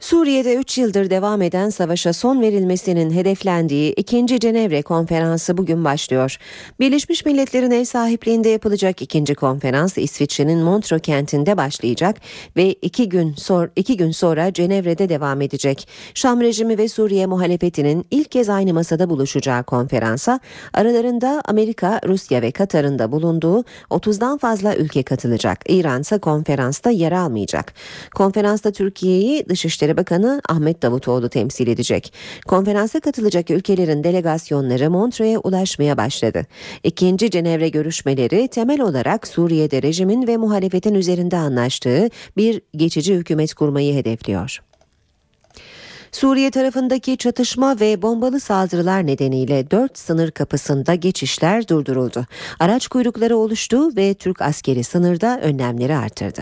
Suriye'de üç yıldır devam eden savaşa son verilmesinin hedeflendiği ikinci Cenevre Konferansı bugün başlıyor. Birleşmiş Milletler'in ev sahipliğinde yapılacak ikinci konferans İsviçre'nin Montreux kentinde başlayacak ve iki gün, sor, iki gün sonra Cenevre'de devam edecek. Şam rejimi ve Suriye muhalefetinin ilk kez aynı masada buluşacağı konferansa aralarında Amerika, Rusya ve Katar'ın da bulunduğu otuzdan fazla ülke katılacak. İran ise konferansta yer almayacak. Konferansta Türkiye'yi Dışişleri Bakanı Ahmet Davutoğlu temsil edecek. Konferansa katılacak ülkelerin delegasyonları Montreux'e ulaşmaya başladı. İkinci Cenevre görüşmeleri temel olarak Suriye'de rejimin ve muhalefetin üzerinde anlaştığı bir geçici hükümet kurmayı hedefliyor. Suriye tarafındaki çatışma ve bombalı saldırılar nedeniyle dört sınır kapısında geçişler durduruldu. Araç kuyrukları oluştu ve Türk askeri sınırda önlemleri artırdı.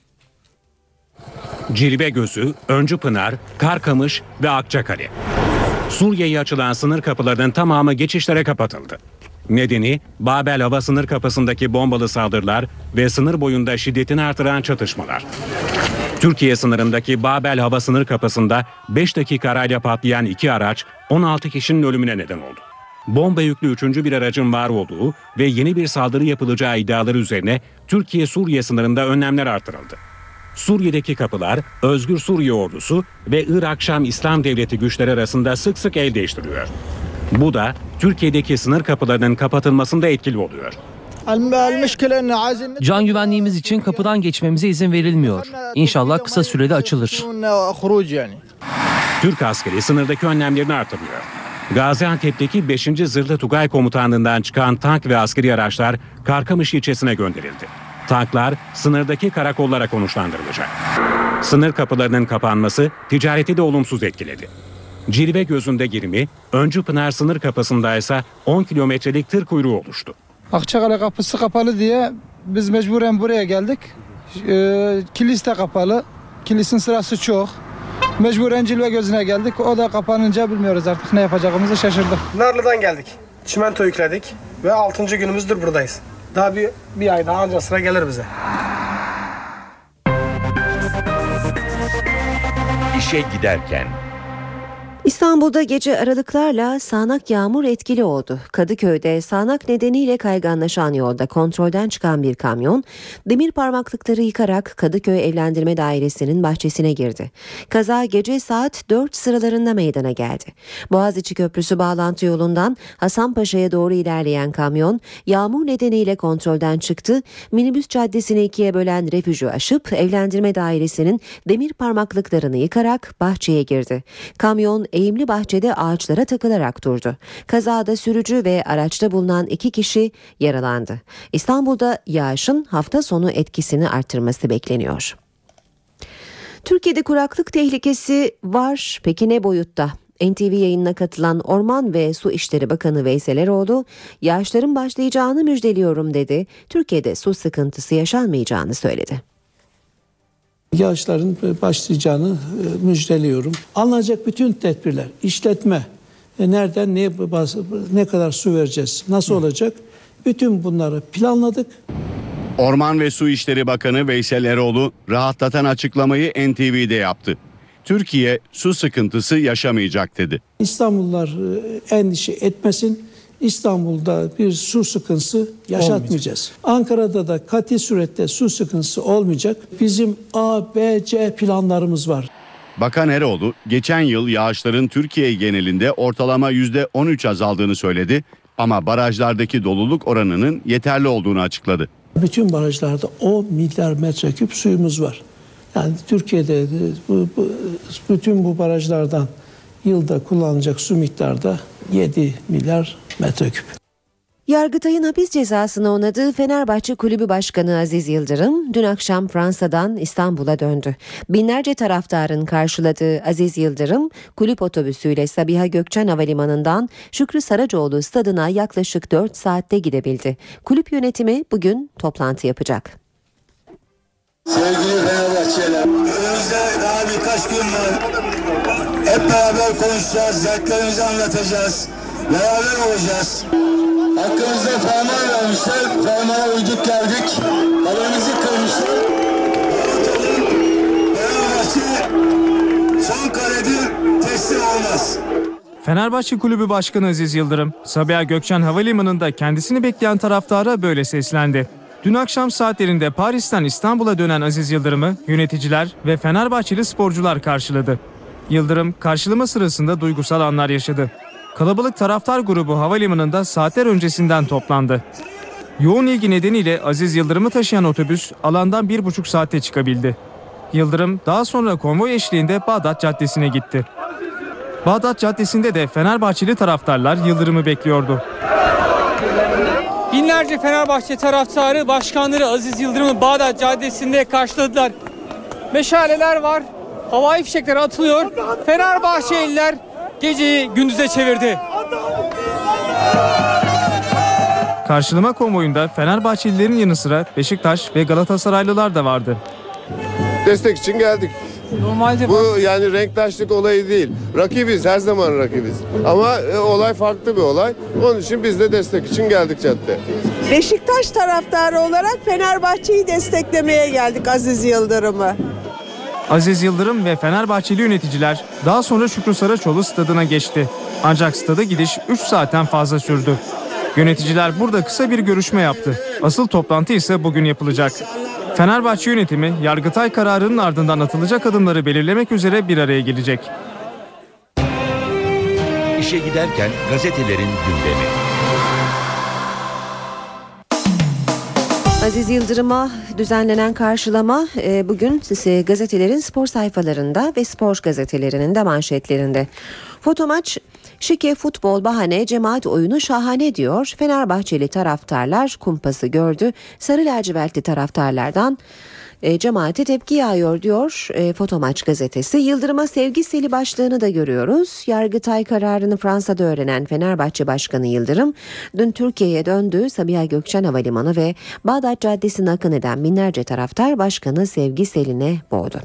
Cilvegözü, Öncüpınar, Karkamış ve Akçakale. Suriye'ye açılan sınır kapılarının tamamı geçişlere kapatıldı. Nedeni Babel Hava Sınır Kapısı'ndaki bombalı saldırılar ve sınır boyunda şiddetini artıran çatışmalar. Türkiye sınırındaki Babel Hava Sınır Kapısı'nda beş dakika arayla patlayan iki araç on altı kişinin ölümüne neden oldu. Bomba yüklü üçüncü bir aracın var olduğu ve yeni bir saldırı yapılacağı iddiaları üzerine Türkiye-Suriye sınırında önlemler artırıldı. Suriye'deki kapılar Özgür Suriye Ordusu ve Irak Şam İslam Devleti güçleri arasında sık sık el değiştiriyor. Bu da Türkiye'deki sınır kapılarının kapatılmasında etkili oluyor. Can güvenliğimiz için kapıdan geçmemize izin verilmiyor. İnşallah kısa sürede açılır. Türk askeri sınırdaki önlemlerini artırıyor. Gaziantep'teki beşinci Zırhlı Tugay Komutanlığı'ndan çıkan tank ve askeri araçlar Karkamış ilçesine gönderildi. Tanklar sınırdaki karakollara konuşlandırılacak. Sınır kapılarının kapanması ticareti de olumsuz etkiledi. Cilvegözü'nde yirmi, Öncüpınar sınır kapısında ise on kilometrelik tır kuyruğu oluştu. Akçakale kapısı kapalı diye biz mecburen buraya geldik. Ee, kilis de kapalı. Kilisin sırası çok. Mecburen Cilvegözü'ne geldik. O da kapanınca bilmiyoruz artık ne yapacağımızı şaşırdık. Narlı'dan geldik. Çimento yükledik ve altıncı günümüzdür buradayız. Daha bir, bir ay daha ancak sıra gelir bize. İşe giderken. İstanbul'da gece aralıklarla sağanak yağmur etkili oldu. Kadıköy'de sağanak nedeniyle kayganlaşan yolda kontrolden çıkan bir kamyon demir parmaklıkları yıkarak Kadıköy Evlendirme Dairesi'nin bahçesine girdi. Kaza gece saat dört sıralarında meydana geldi. Boğaziçi Köprüsü bağlantı yolundan Hasanpaşa'ya doğru ilerleyen kamyon yağmur nedeniyle kontrolden çıktı. Minibüs caddesini ikiye bölen refüjü aşıp Evlendirme Dairesi'nin demir parmaklıklarını yıkarak bahçeye girdi. Kamyon eğimli bahçede ağaçlara takılarak durdu. Kazada sürücü ve araçta bulunan iki kişi yaralandı. İstanbul'da yağışın hafta sonu etkisini artırması bekleniyor. Türkiye'de kuraklık tehlikesi var. Peki ne boyutta? N T V yayınına katılan Orman ve Su İşleri Bakanı Veysel Eroğlu, yağışların başlayacağını müjdeliyorum dedi. Türkiye'de su sıkıntısı yaşanmayacağını söyledi. Yağışların başlayacağını müjdeliyorum. Alınacak bütün tedbirler, işletme, nereden ne, ne kadar su vereceğiz, nasıl olacak? Bütün bunları planladık. Orman ve Su İşleri Bakanı Veysel Eroğlu rahatlatan açıklamayı N T V'de yaptı. Türkiye su sıkıntısı yaşamayacak dedi. İstanbullular endişe etmesin. İstanbul'da bir su sıkıntısı yaşatmayacağız. Olmayacak. Ankara'da da kat'i surette su sıkıntısı olmayacak. Bizim A, B, C planlarımız var. Bakan Eroğlu geçen yıl yağışların Türkiye genelinde ortalama yüzde on üç azaldığını söyledi ama barajlardaki doluluk oranının yeterli olduğunu açıkladı. Bütün barajlarda on milyar metreküp suyumuz var. Yani Türkiye'de bu, bu, bütün bu barajlardan yılda kullanılacak su miktarı da yedi milyar metreküp. Yargıtay'ın hapis cezasını onadığı Fenerbahçe Kulübü Başkanı Aziz Yıldırım dün akşam Fransa'dan İstanbul'a döndü. Binlerce taraftarın karşıladığı Aziz Yıldırım kulüp otobüsüyle Sabiha Gökçen Havalimanı'ndan Şükrü Saracoğlu stadına yaklaşık dört saatte gidebildi. Kulüp yönetimi bugün toplantı yapacak. Sevgili Fenerbahçeliler, önümüzde daha birkaç gün var. Hep beraber konuşacağız, dertlerimizi anlatacağız, beraber olacağız. Hakkımızda ferman vermişler, fermana uyduk geldik, kalemizi kırmışlar. Fenerbahçe olmaz. Fenerbahçe Kulübü Başkanı Aziz Yıldırım, Sabiha Gökçen Havalimanı'nda kendisini bekleyen taraftara böyle seslendi. Dün akşam saatlerinde Paris'ten İstanbul'a dönen Aziz Yıldırım'ı yöneticiler ve Fenerbahçeli sporcular karşıladı. Yıldırım karşılama sırasında duygusal anlar yaşadı. Kalabalık taraftar grubu havalimanında saatler öncesinden toplandı. Yoğun ilgi nedeniyle Aziz Yıldırım'ı taşıyan otobüs alandan bir buçuk saatte çıkabildi. Yıldırım daha sonra konvoy eşliğinde Bağdat Caddesi'ne gitti. Bağdat Caddesi'nde de Fenerbahçeli taraftarlar Yıldırım'ı bekliyordu. Binlerce Fenerbahçe taraftarı başkanları Aziz Yıldırım'ı Bağdat Caddesi'nde karşıladılar. Meşaleler var, havai fişekler atılıyor. Fenerbahçeliler geceyi gündüze çevirdi. Karşılama konvoyunda Fenerbahçelilerin yanı sıra Beşiktaş ve Galatasaraylılar da vardı. Destek için geldik. Normalde bu yani renktaşlık olayı değil. Rakibiz, her zaman rakibiz. Ama e, olay farklı bir olay. Onun için biz de destek için geldik cadde. Beşiktaş taraftarı olarak Fenerbahçe'yi desteklemeye geldik, Aziz Yıldırım'ı. Aziz Yıldırım ve Fenerbahçeli yöneticiler daha sonra Şükrü Saraçoğlu stadına geçti. Ancak stada gidiş üç saatten fazla sürdü. Yöneticiler burada kısa bir görüşme yaptı. Asıl toplantı ise bugün yapılacak. Fenerbahçe yönetimi Yargıtay kararının ardından atılacak adımları belirlemek üzere bir araya gelecek. İşe giderken gazetelerin gündemi. Aziz Yıldırım'a düzenlenen karşılama bugün gazetelerin spor sayfalarında ve spor gazetelerinin de manşetlerinde. Fotomaç, şike futbol bahane, cemaat oyunu şahane diyor. Fenerbahçeli taraftarlar kumpası gördü. Sarı lacivertli taraftarlardan e, cemaate tepki yağıyor diyor e, Fotomaç gazetesi. Yıldırım'a sevgi seli başlığını da görüyoruz. Yargıtay kararını Fransa'da öğrenen Fenerbahçe Başkanı Yıldırım dün Türkiye'ye döndü. Sabiha Gökçen Havalimanı ve Bağdat Caddesi'ne akın eden binlerce taraftar başkanı sevgi seline boğdu.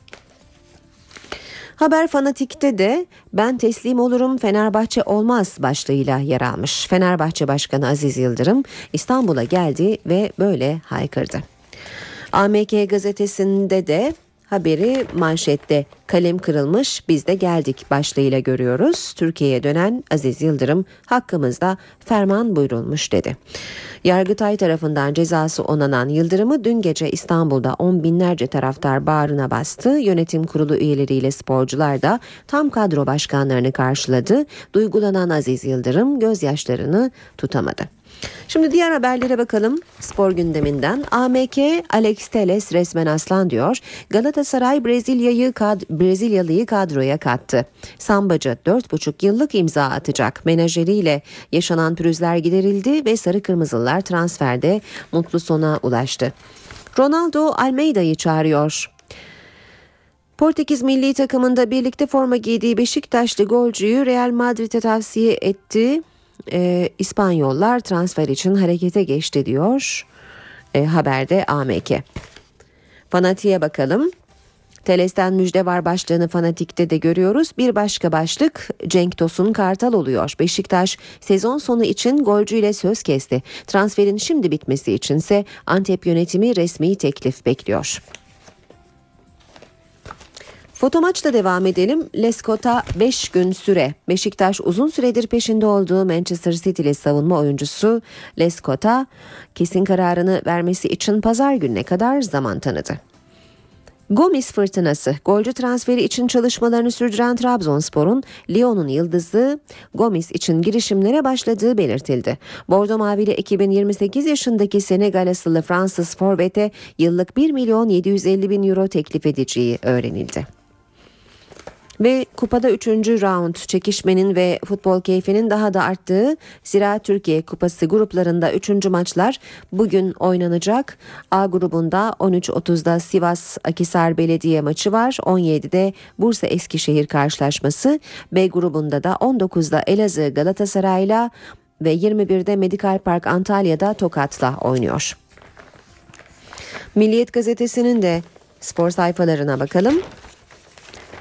Haber Fanatik'te de ben teslim olurum Fenerbahçe olmaz başlığıyla yer almış. Fenerbahçe Başkanı Aziz Yıldırım İstanbul'a geldi ve böyle haykırdı. A M K gazetesinde de haberi manşette kalem kırılmış biz de geldik başlığıyla görüyoruz. Türkiye'ye dönen Aziz Yıldırım hakkımızda ferman buyurulmuş dedi. Yargıtay tarafından cezası onanan Yıldırım'ı dün gece İstanbul'da on binlerce taraftar bağrına bastı. Yönetim kurulu üyeleriyle sporcular da tam kadro başkanlarını karşıladı. Duygulanan Aziz Yıldırım gözyaşlarını tutamadı. Şimdi diğer haberlere bakalım spor gündeminden. A M K Alex Telles resmen aslan diyor. Galatasaray Brezilya'yı kad- Brezilyalı'yı kadroya kattı. Sambacı dört buçuk yıllık imza atacak. Menajeriyle yaşanan pürüzler giderildi ve sarı kırmızılar transferde mutlu sona ulaştı. Ronaldo Almeida'yı çağırıyor. Portekiz milli takımında birlikte forma giydiği Beşiktaşlı golcüyü Real Madrid'e tavsiye etti. Ee, İspanyollar transfer için harekete geçti diyor ee, haberde A M K. Fanatik'e bakalım. Teles'ten müjde var başlığını Fanatik'te de görüyoruz. Bir başka başlık Cenk Tosun Kartal oluyor. Beşiktaş sezon sonu için golcüyle söz kesti. Transferin şimdi bitmesi içinse Antep yönetimi resmi teklif bekliyor. Fotomaç'ta devam edelim. Lescot'a beş gün süre. Beşiktaş uzun süredir peşinde olduğu Manchester City'li savunma oyuncusu Lescot'a kesin kararını vermesi için pazar gününe kadar zaman tanıdı. Gomis fırtınası. Golcü transferi için çalışmalarını sürdüren Trabzonspor'un Lyon'un yıldızı Gomis için girişimlere başladığı belirtildi. Bordo Mavili ekibin yirmi sekiz yaşındaki Senegal asıllı Fransız forvete yıllık bir milyon yedi yüz elli bin euro teklif edeceği öğrenildi. Ve kupada üçüncü round çekişmenin ve futbol keyfinin daha da arttığı Zira Türkiye Kupası gruplarında üçüncü maçlar bugün oynanacak. A grubunda on üç otuzda Sivas Akhisar Belediye maçı var. on yedide Bursa Eskişehir karşılaşması. B grubunda da on dokuzda Elazığ Galatasaray'la ve yirmi birde Medikal Park Antalya'da Tokat'la oynuyor. Milliyet gazetesinin de spor sayfalarına bakalım.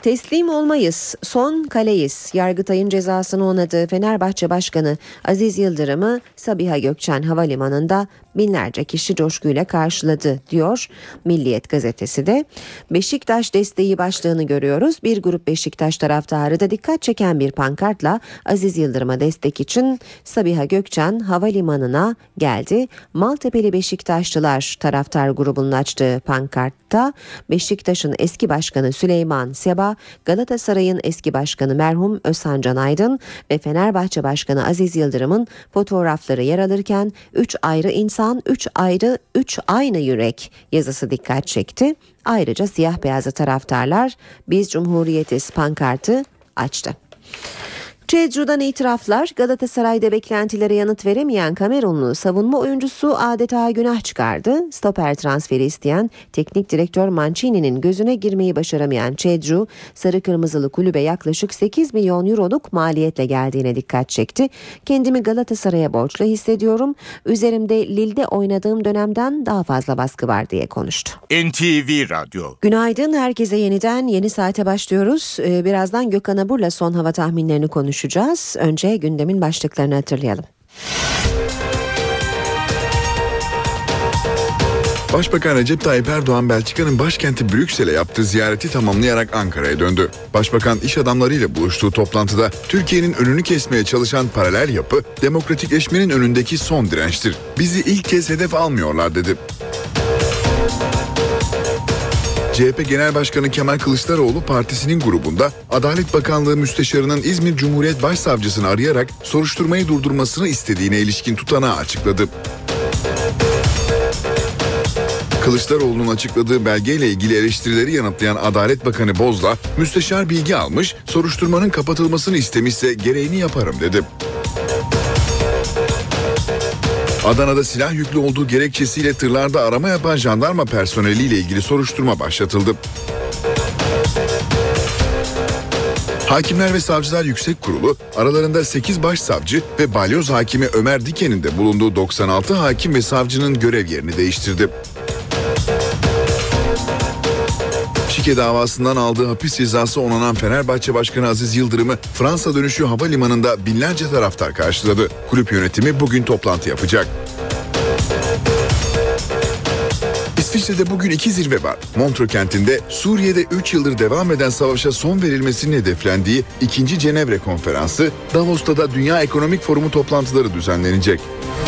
Teslim olmayız, son kaleyiz. Yargıtay'ın cezasını onadığı Fenerbahçe Başkanı Aziz Yıldırım'ı Sabiha Gökçen Havalimanı'nda binlerce kişi coşkuyla karşıladı diyor Milliyet gazetesi de. Beşiktaş desteği başlığını görüyoruz. Bir grup Beşiktaş taraftarı da dikkat çeken bir pankartla Aziz Yıldırım'a destek için Sabiha Gökçen Havalimanı'na geldi. Maltepe'li Beşiktaşlılar taraftar grubunun açtığı pankartta Beşiktaş'ın eski başkanı Süleyman Seba, Galatasaray'ın eski başkanı merhum Özhan Can Aydın ve Fenerbahçe Başkanı Aziz Yıldırım'ın fotoğrafları yer alırken üç ayrı insan, üç ayrı, üç aynı yürek yazısı dikkat çekti. Ayrıca siyah beyazlı taraftarlar "Biz Cumhuriyetiz" pankartı açtı. Çedru'dan itiraflar. Galatasaray'da beklentilere yanıt veremeyen Kamerunlu savunma oyuncusu adeta günah çıkardı. Stoper transferi isteyen teknik direktör Mancini'nin gözüne girmeyi başaramayan Çedru, sarı kırmızılı kulübe yaklaşık sekiz milyon euroluk maliyetle geldiğine dikkat çekti. "Kendimi Galatasaray'a borçlu hissediyorum. Üzerimde Lille'de oynadığım dönemden daha fazla baskı var" diye konuştu. N T V Radyo. Günaydın, herkese yeniden yeni saate başlıyoruz. Birazdan Gökhan Abur'la son hava tahminlerini konuşacağız. Önce gündemin başlıklarını hatırlayalım. Başbakan Recep Tayyip Erdoğan Belçika'nın başkenti Brüksel'e yaptığı ziyareti tamamlayarak Ankara'ya döndü. Başbakan iş adamlarıyla buluştuğu toplantıda Türkiye'nin önünü kesmeye çalışan paralel yapı demokratikleşmenin önündeki son dirençtir. "Bizi ilk kez hedef almıyorlar" dedi. C H P Genel Başkanı Kemal Kılıçdaroğlu partisinin grubunda Adalet Bakanlığı Müsteşarı'nın İzmir Cumhuriyet Başsavcısını arayarak soruşturmayı durdurmasını istediğine ilişkin tutanağı açıkladı. Kılıçdaroğlu'nun açıkladığı belgeyle ilgili eleştirileri yanıtlayan Adalet Bakanı Bozda, "Müsteşar bilgi almış, soruşturmanın kapatılmasını istemişse gereğini yaparım" dedi. Adana'da silah yüklü olduğu gerekçesiyle tırlarda arama yapan jandarma personeliyle ilgili soruşturma başlatıldı. Hakimler ve Savcılar Yüksek Kurulu aralarında sekiz başsavcı ve balyoz hakimi Ömer Diken'in de bulunduğu doksan altı hakim ve savcının görev yerini değiştirdi. Şike davasından aldığı hapis cezası onanan Fenerbahçe Başkanı Aziz Yıldırım'ı Fransa dönüşü havalimanında binlerce taraftar karşıladı. Kulüp yönetimi bugün toplantı yapacak. İsviçre'de bugün iki zirve var. Montreux kentinde Suriye'de üç yıldır devam eden savaşa son verilmesinin hedeflendiği ikinci Cenevre Konferansı, Davos'ta da Dünya Ekonomik Forumu toplantıları düzenlenecek.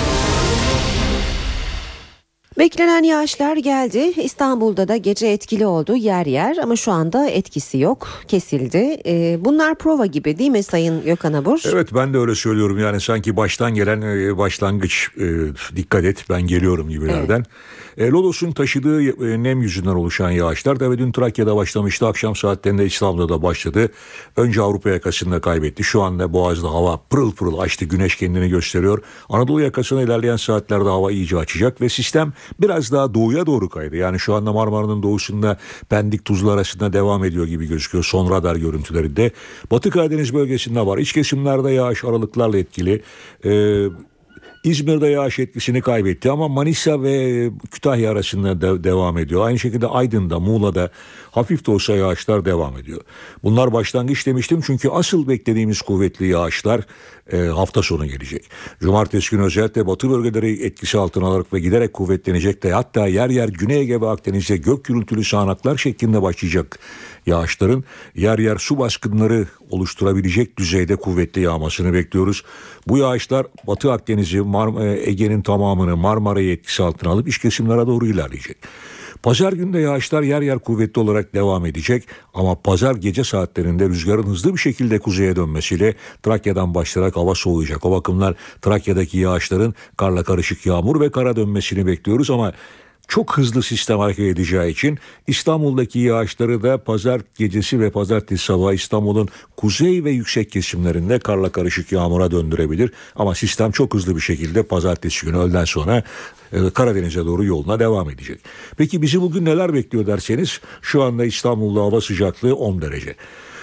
Beklenen yağışlar geldi. İstanbul'da da gece etkili oldu yer yer ama şu anda etkisi yok. Kesildi. Bunlar prova gibi değil mi Sayın Gökhan Abur? Evet, ben de öyle söylüyorum. Yani sanki baştan gelen başlangıç, dikkat et ben geliyorum gibilerden. Evet. Lodos'un taşıdığı nem yüzünden oluşan yağışlar tabii dün Trakya'da başlamıştı. Akşam saatlerinde İstanbul'da da başladı. Önce Avrupa yakasında kaybetti. Şu anda Boğaz'da hava pırıl pırıl açtı. Güneş kendini gösteriyor. Anadolu yakasına ilerleyen saatlerde hava iyice açacak ve sistem biraz daha doğuya doğru kaydı. Yani şu anda Marmara'nın doğusunda Pendik Tuzla arasında devam ediyor gibi gözüküyor son radar görüntülerinde. Batı Karadeniz bölgesinde var. İç kesimlerde yağış aralıklarla etkili. Ee, İzmir'de yağış etkisini kaybetti ama Manisa ve Kütahya arasında de devam ediyor. Aynı şekilde Aydın'da, Muğla'da hafif de olsa yağışlar devam ediyor. Bunlar başlangıç demiştim çünkü asıl beklediğimiz kuvvetli yağışlar e, hafta sonu gelecek. Cumartesi günü özellikle batı bölgeleri etkisi altına alarak ve giderek kuvvetlenecek de hatta yer yer Güney Ege ve Akdeniz'de gök gürültülü sağanaklar şeklinde başlayacak yağışların yer yer su baskınları oluşturabilecek düzeyde kuvvetli yağmasını bekliyoruz. Bu yağışlar Batı Akdeniz'i, Ege'nin tamamını Marmara'yı etkisi altına alıp iç kesimlere doğru ilerleyecek. Pazar günü de yağışlar yer yer kuvvetli olarak devam edecek ama pazar gece saatlerinde rüzgarın hızlı bir şekilde kuzeye dönmesiyle Trakya'dan başlayarak hava soğuyacak. O bakımlar Trakya'daki yağışların karla karışık yağmur ve kara dönmesini bekliyoruz ama çok hızlı sistem hareket edeceği için İstanbul'daki yağışları da pazar gecesi ve pazartesi sabahı İstanbul'un kuzey ve yüksek kesimlerinde karla karışık yağmura döndürebilir. Ama sistem çok hızlı bir şekilde pazartesi günü öğleden sonra e, Karadeniz'e doğru yoluna devam edecek. Peki bizi bugün neler bekliyor derseniz şu anda İstanbul'da hava sıcaklığı on derece.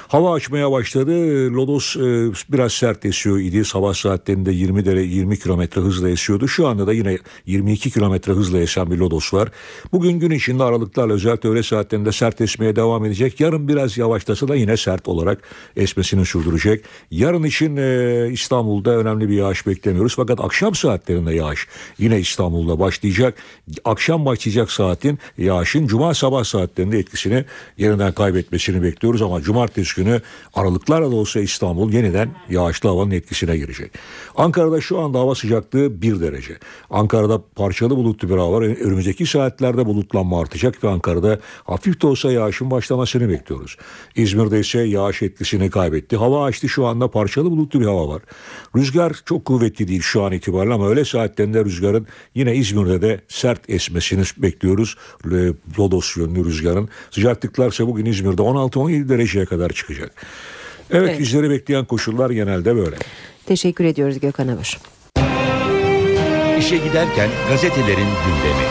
Hava açmaya başladı. Lodos e, biraz sert esiyor idi. Sabah saatlerinde yirmi dere yirmi kilometre hızla esiyordu. Şu anda da yine yirmi iki kilometre hızla esen bir lodos var. Bugün gün içinde aralıklarla özellikle öğle saatlerinde sert esmeye devam edecek. Yarın biraz yavaşlasa da yine sert olarak esmesini sürdürecek. Yarın için e, İstanbul'da önemli bir yağış beklemiyoruz. Fakat akşam saatlerinde yağış yine İstanbul'da başlayacak. Akşam başlayacak saatin yağışın cuma sabah saatlerinde etkisini yeniden kaybetmesini bekliyoruz. Ama cumartesi günü aralıklarla da olsa İstanbul yeniden yağışlı havanın etkisine girecek. Ankara'da şu anda hava sıcaklığı bir derece. Ankara'da parçalı bulutlu bir hava var. Önümüzdeki saatlerde bulutlanma artacak ve Ankara'da hafif de olsa yağışın başlamasını bekliyoruz. İzmir'de ise yağış etkisini kaybetti. Hava açtı, şu anda parçalı bulutlu bir hava var. Rüzgar çok kuvvetli değil şu an itibariyle ama öğle saatlerinde rüzgarın yine İzmir'de de sert esmesini bekliyoruz. Lodos yönlü rüzgarın. Sıcaklıklar ise bugün İzmir'de on altı on yedi dereceye kadar çıkacak. Evet, evet. Bizleri bekleyen koşullar genelde böyle. Teşekkür ediyoruz Gökhan Abur. İşe giderken gazetelerin gündemi.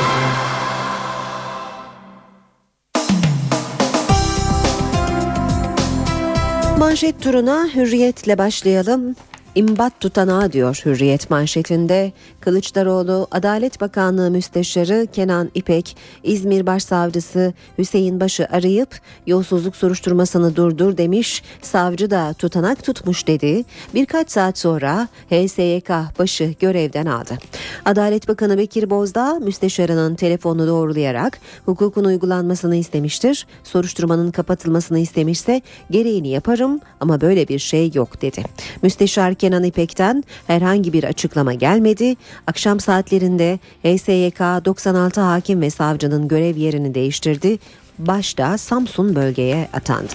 Manşet turuna Hürriyet'le başlayalım. İmbat tutanağı diyor Hürriyet manşetinde. Kılıçdaroğlu, Adalet Bakanlığı Müsteşarı Kenan İpek, İzmir Başsavcısı Hüseyin Baş'ı arayıp yolsuzluk soruşturmasını durdur demiş, savcı da tutanak tutmuş dedi. Birkaç saat sonra H S Y K başı görevden aldı. Adalet Bakanı Bekir Bozdağ, müsteşarının telefonunu doğrulayarak hukukun uygulanmasını istemiştir. Soruşturmanın kapatılmasını istemişse gereğini yaparım ama böyle bir şey yok dedi. Müsteşar Kenan İpek'ten herhangi bir açıklama gelmedi. Akşam saatlerinde H S Y K doksan altı hakim ve savcının görev yerini değiştirdi. Başta Samsun bölgeye atandı.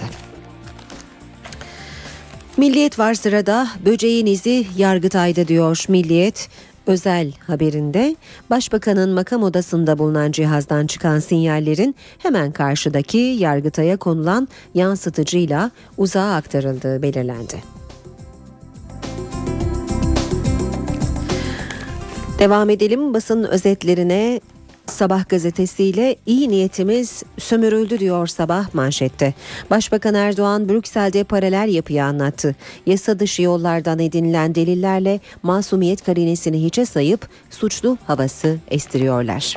Milliyet var sırada. Böceğin izi Yargıtay'da diyor Milliyet. Özel haberinde Başbakanın makam odasında bulunan cihazdan çıkan sinyallerin hemen karşıdaki Yargıtay'a konulan yansıtıcıyla uzağa aktarıldığı belirlendi. Devam edelim basın özetlerine. Sabah gazetesiyle iyi niyetimiz sömürüldü diyor Sabah manşette. Başbakan Erdoğan Brüksel'de paralel yapıyı anlattı. Yasa dışı yollardan edinilen delillerle masumiyet karinesini hiçe sayıp suçlu havası estiriyorlar.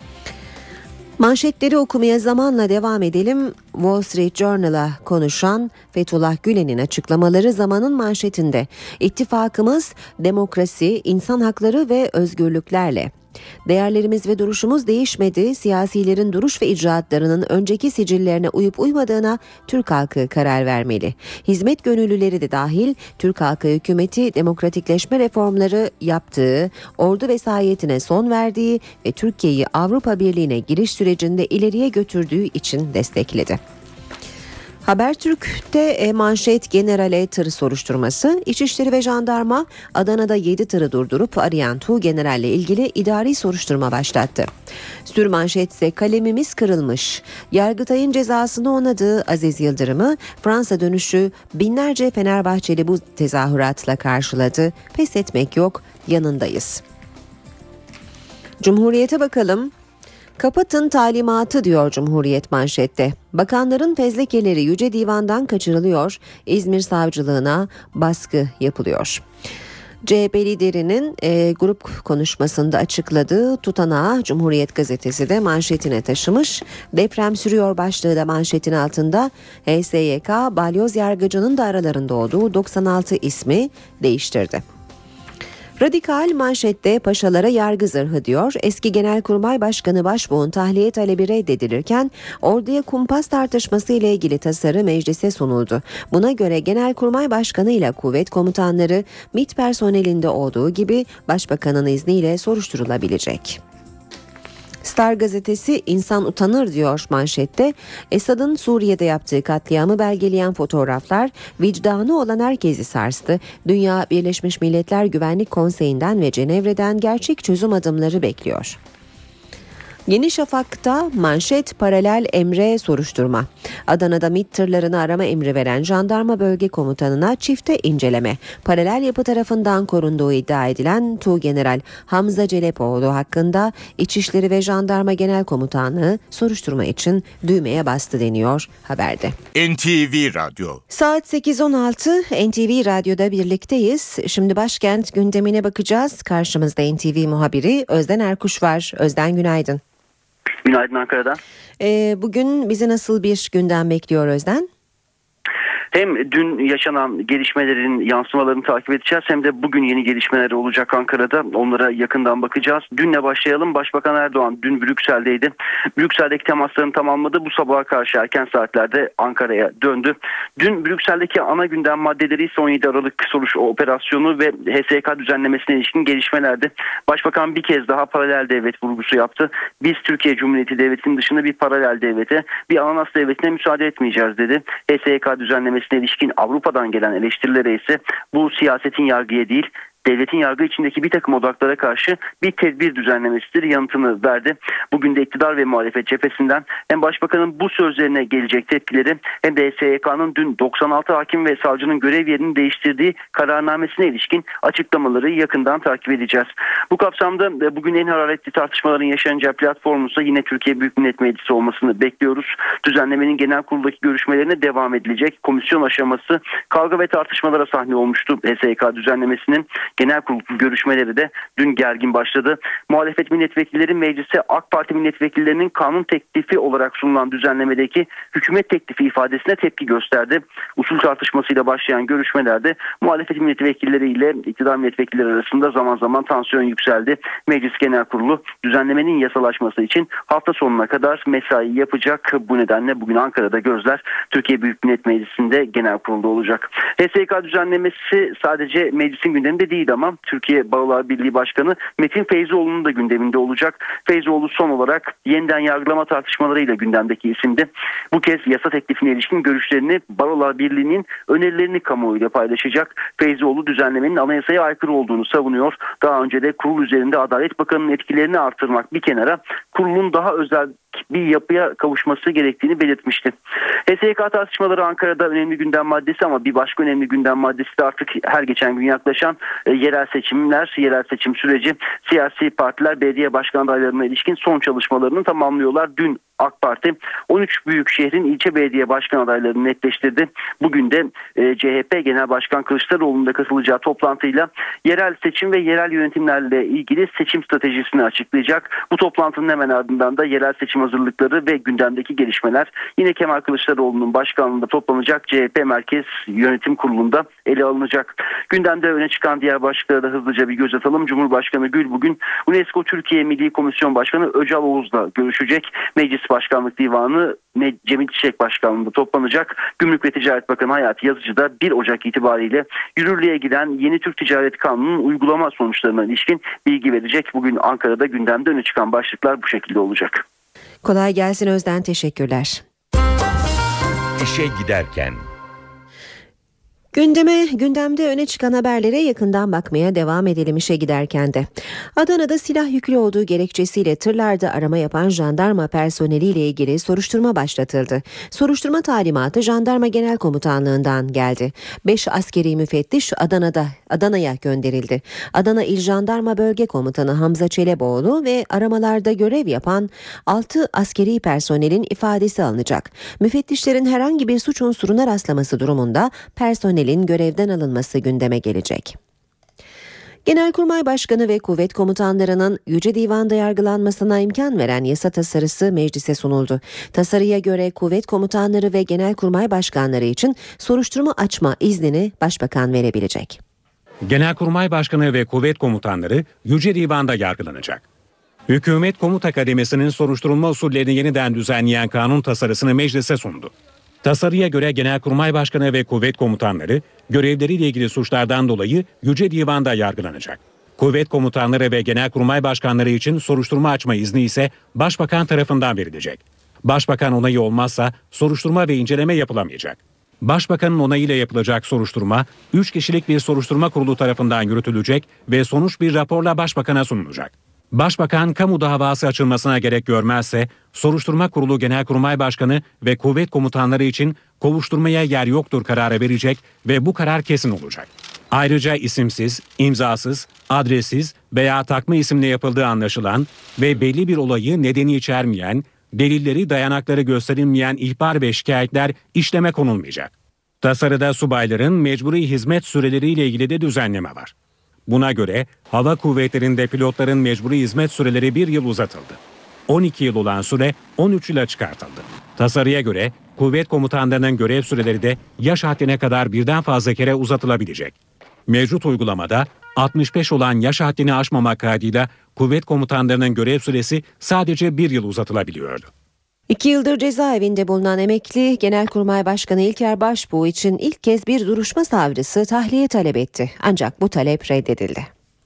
Manşetleri okumaya zamanla devam edelim. Wall Street Journal'a konuşan Fethullah Gülen'in açıklamaları Zaman'ın manşetinde. İttifakımız demokrasi, insan hakları ve özgürlüklerle. Değerlerimiz ve duruşumuz değişmedi. Siyasilerin duruş ve icraatlarının önceki sicillerine uyup uymadığına Türk halkı karar vermeli. Hizmet gönüllüleri de dahil Türk halkı hükümeti demokratikleşme reformları yaptığı, ordu vesayetine son verdiği ve Türkiye'yi Avrupa Birliği'ne giriş sürecinde ileriye götürdüğü için destekledi. Habertürk'te manşet General'e tır soruşturması. İçişleri ve Jandarma Adana'da yedi tırı durdurup arayan Tuğgeneral'le ilgili idari soruşturma başlattı. Sür manşetse kalemimiz kırılmış. Yargıtay'ın cezasını onadığı Aziz Yıldırım'ı Fransa dönüşü binlerce Fenerbahçeli bu tezahüratla karşıladı. Pes etmek yok, yanındayız. Cumhuriyet'e bakalım. Kapatın talimatı diyor Cumhuriyet manşette. Bakanların fezlekeleri Yüce Divan'dan kaçırılıyor, İzmir Savcılığına baskı yapılıyor. C H P liderinin e, grup konuşmasında açıkladığı tutanağı Cumhuriyet gazetesi de manşetine taşımış. Deprem sürüyor başlığı da manşetin altında. H S Y K balyoz yargıcının da aralarında olduğu doksan altı ismi değiştirdi. Radikal manşette paşalara yargı zırhı diyor. Eski Genelkurmay Başkanı Başbuğ'un tahliye talebi reddedilirken orduya kumpas tartışması ile ilgili tasarı meclise sunuldu. Buna göre Genelkurmay Başkanı ile kuvvet komutanları MİT personelinde olduğu gibi Başbakanın izniyle soruşturulabilecek. Star gazetesi insan utanır diyor manşette. Esad'ın Suriye'de yaptığı katliamı belgeleyen fotoğraflar vicdanı olan herkesi sarstı. Dünya Birleşmiş Milletler Güvenlik Konseyi'nden ve Cenevre'den gerçek çözüm adımları bekliyor. Yeni Şafak'ta manşet paralel emre soruşturma. Adana'da MİT tırlarını arama emri veren jandarma bölge komutanına çifte inceleme. Paralel yapı tarafından korunduğu iddia edilen Tuğgeneral Hamza Celepoğlu hakkında İçişleri ve Jandarma Genel Komutanlığı soruşturma için düğmeye bastı deniyor haberde. N T V Radyo. Saat sekiz on altı N T V Radyo'da birlikteyiz. Şimdi başkent gündemine bakacağız. Karşımızda N T V muhabiri Özden Erkuş var. Özden günaydın. Günaydın Ankara'dan. Ee, bugün bizi nasıl bir gündem bekliyor Özden? Hem dün yaşanan gelişmelerin yansımalarını takip edeceğiz hem de bugün yeni gelişmeler olacak Ankara'da. Onlara yakından bakacağız. Dünle başlayalım. Başbakan Erdoğan dün Brüksel'deydi. Brüksel'deki temaslarını tamamladı. Bu sabaha karşı erken saatlerde Ankara'ya döndü. Dün Brüksel'deki ana gündem maddeleri ise on yedi Aralık soruş operasyonu ve H S Y K düzenlemesine ilişkin gelişmelerdi. Başbakan bir kez daha paralel devlet vurgusu yaptı. Biz Türkiye Cumhuriyeti Devleti'nin dışında bir paralel devlete, bir ananas devletine müsaade etmeyeceğiz dedi. H S Y K düzenlemesi ilişkin Avrupa'dan gelen eleştirilere ise bu siyasetin yargıya değil, devletin yargı içindeki bir takım odaklara karşı bir tedbir düzenlemesidir yanıtını verdi. Bugün de iktidar ve muhalefet cephesinden hem başbakanın bu sözlerine gelecek tepkileri hem de H S Y K'nın dün doksan altı hakim ve savcının görev yerini değiştirdiği kararnamesine ilişkin açıklamaları yakından takip edeceğiz. Bu kapsamda bugün en hararetli tartışmaların yaşanacağı platformumuzda yine Türkiye Büyük Millet Meclisi olmasını bekliyoruz. Düzenlemenin genel kuruldaki görüşmelerine devam edilecek. Komisyon aşaması kavga ve tartışmalara sahne olmuştu. H S Y K düzenlemesinin genel kurul görüşmeleri de dün gergin başladı. Muhalefet milletvekilleri meclise AK Parti milletvekillerinin kanun teklifi olarak sunulan düzenlemedeki hükümet teklifi ifadesine tepki gösterdi. Usul tartışmasıyla başlayan görüşmelerde muhalefet milletvekilleri ile iktidar milletvekilleri arasında zaman zaman tansiyon yükseldi. Meclis Genel Kurulu düzenlemenin yasalaşması için hafta sonuna kadar mesai yapacak. Bu nedenle bugün Ankara'da gözler Türkiye Büyük Millet Meclisi'nde genel kurulda olacak. H S Y K düzenlemesi sadece meclisin gündeminde değil ama Türkiye Barolar Birliği Başkanı Metin Feyzioğlu'nun da gündeminde olacak. Feyzioğlu son olarak yeniden yargılama tartışmalarıyla gündemdeki isimdi. Bu kez yasa teklifine ilişkin görüşlerini Barolar Birliği'nin önerilerini kamuoyuyla paylaşacak. Feyzioğlu düzenlemenin anayasaya aykırı olduğunu savunuyor. Daha önce de kurul üzerinde Adalet Bakanı'nın etkilerini artırmak bir kenara kurulun daha özel bir yapıya kavuşması gerektiğini belirtmişti. H S Y K tartışmaları Ankara'da önemli gündem maddesi ama bir başka önemli gündem maddesi de artık her geçen gün yaklaşan e, yerel seçimler, yerel seçim süreci. Siyasi partiler belediye başkan adaylarına ilişkin son çalışmalarını tamamlıyorlar. Dün AK Parti on üç büyük şehrin ilçe belediye başkan adaylarını netleştirdi. Bugün de e, C H P Genel Başkan Kılıçdaroğlu'nun da katılacağı toplantıyla yerel seçim ve yerel yönetimlerle ilgili seçim stratejisini açıklayacak. Bu toplantının hemen ardından da yerel seçim hazırlıkları ve gündemdeki gelişmeler yine Kemal Kılıçdaroğlu'nun başkanlığında toplanacak C H P Merkez Yönetim Kurulu'nda ele alınacak. Gündemde öne çıkan diğer başlıklara da hızlıca bir göz atalım. Cumhurbaşkanı Gül bugün UNESCO Türkiye Milli Komisyon Başkanı Öcal Oğuz'la görüşecek. Meclis Başkanlık Divanı Cemil Çiçek Başkanlığı'nda toplanacak. Gümrük ve Ticaret Bakanı Hayati Yazıcı da bir Ocak itibariyle yürürlüğe giden yeni Türk Ticaret Kanunu'nun uygulama sonuçlarına ilişkin bilgi verecek. Bugün Ankara'da gündemde öne çıkan başlıklar bu şekilde olacak. Kolay gelsin Özden, teşekkürler. İşe giderken. Gündeme, gündemde öne çıkan haberlere yakından bakmaya devam edelim işe giderken de. Adana'da silah yüklü olduğu gerekçesiyle tırlarda arama yapan jandarma personeliyle ilgili soruşturma başlatıldı. Soruşturma talimatı Jandarma Genel Komutanlığı'ndan geldi. beş askeri müfettiş Adana'da Adana'ya gönderildi. Adana İl Jandarma Bölge Komutanı Hamza Çelepoğlu ve aramalarda görev yapan altı askeri personelin ifadesi alınacak. Müfettişlerin herhangi bir suç unsuruna rastlaması durumunda personel görevden alınması gündeme gelecek. Genelkurmay Başkanı ve kuvvet komutanlarının Yüce Divan'da yargılanmasına imkan veren yasa tasarısı meclise sunuldu. Tasarıya göre kuvvet komutanları ve Genelkurmay Başkanları için soruşturma açma iznini Başbakan verebilecek. Genelkurmay Başkanı ve kuvvet komutanları Yüce Divan'da yargılanacak. Hükümet Komuta Kademesi'nin soruşturma usullerini yeniden düzenleyen kanun tasarısını meclise sundu. Tasarıya göre Genelkurmay Başkanı ve kuvvet komutanları görevleriyle ilgili suçlardan dolayı Yüce Divan'da yargılanacak. Kuvvet komutanları ve Genelkurmay Başkanları için soruşturma açma izni ise Başbakan tarafından verilecek. Başbakan onayı olmazsa soruşturma ve inceleme yapılamayacak. Başbakanın onayıyla yapılacak soruşturma, üç kişilik bir soruşturma kurulu tarafından yürütülecek ve sonuç bir raporla Başbakan'a sunulacak. Başbakan kamu davası açılmasına gerek görmezse Soruşturma Kurulu Genelkurmay Başkanı ve kuvvet komutanları için kovuşturmaya yer yoktur kararı verecek ve bu karar kesin olacak. Ayrıca isimsiz, imzasız, adressiz veya takma isimle yapıldığı anlaşılan ve belli bir olayı nedeni içermeyen, delilleri dayanakları gösterilmeyen ihbar ve şikayetler işleme konulmayacak. Tasarıda subayların mecburi hizmet süreleriyle ilgili de düzenleme var. Buna göre hava kuvvetlerinde pilotların mecburi hizmet süreleri bir yıl uzatıldı. on iki yıl olan süre on üç yıla çıkartıldı. Tasarıya göre kuvvet komutanlarının görev süreleri de yaş haddine kadar birden fazla kere uzatılabilecek. Mevcut uygulamada altmış beş olan yaş haddini aşmamak kaydıyla kuvvet komutanlarının görev süresi sadece bir yıl uzatılabiliyordu. İki yıldır cezaevinde bulunan emekli Genelkurmay Başkanı İlker Başbuğ için ilk kez bir duruşma savcısı tahliye talep etti. Ancak bu talep reddedildi.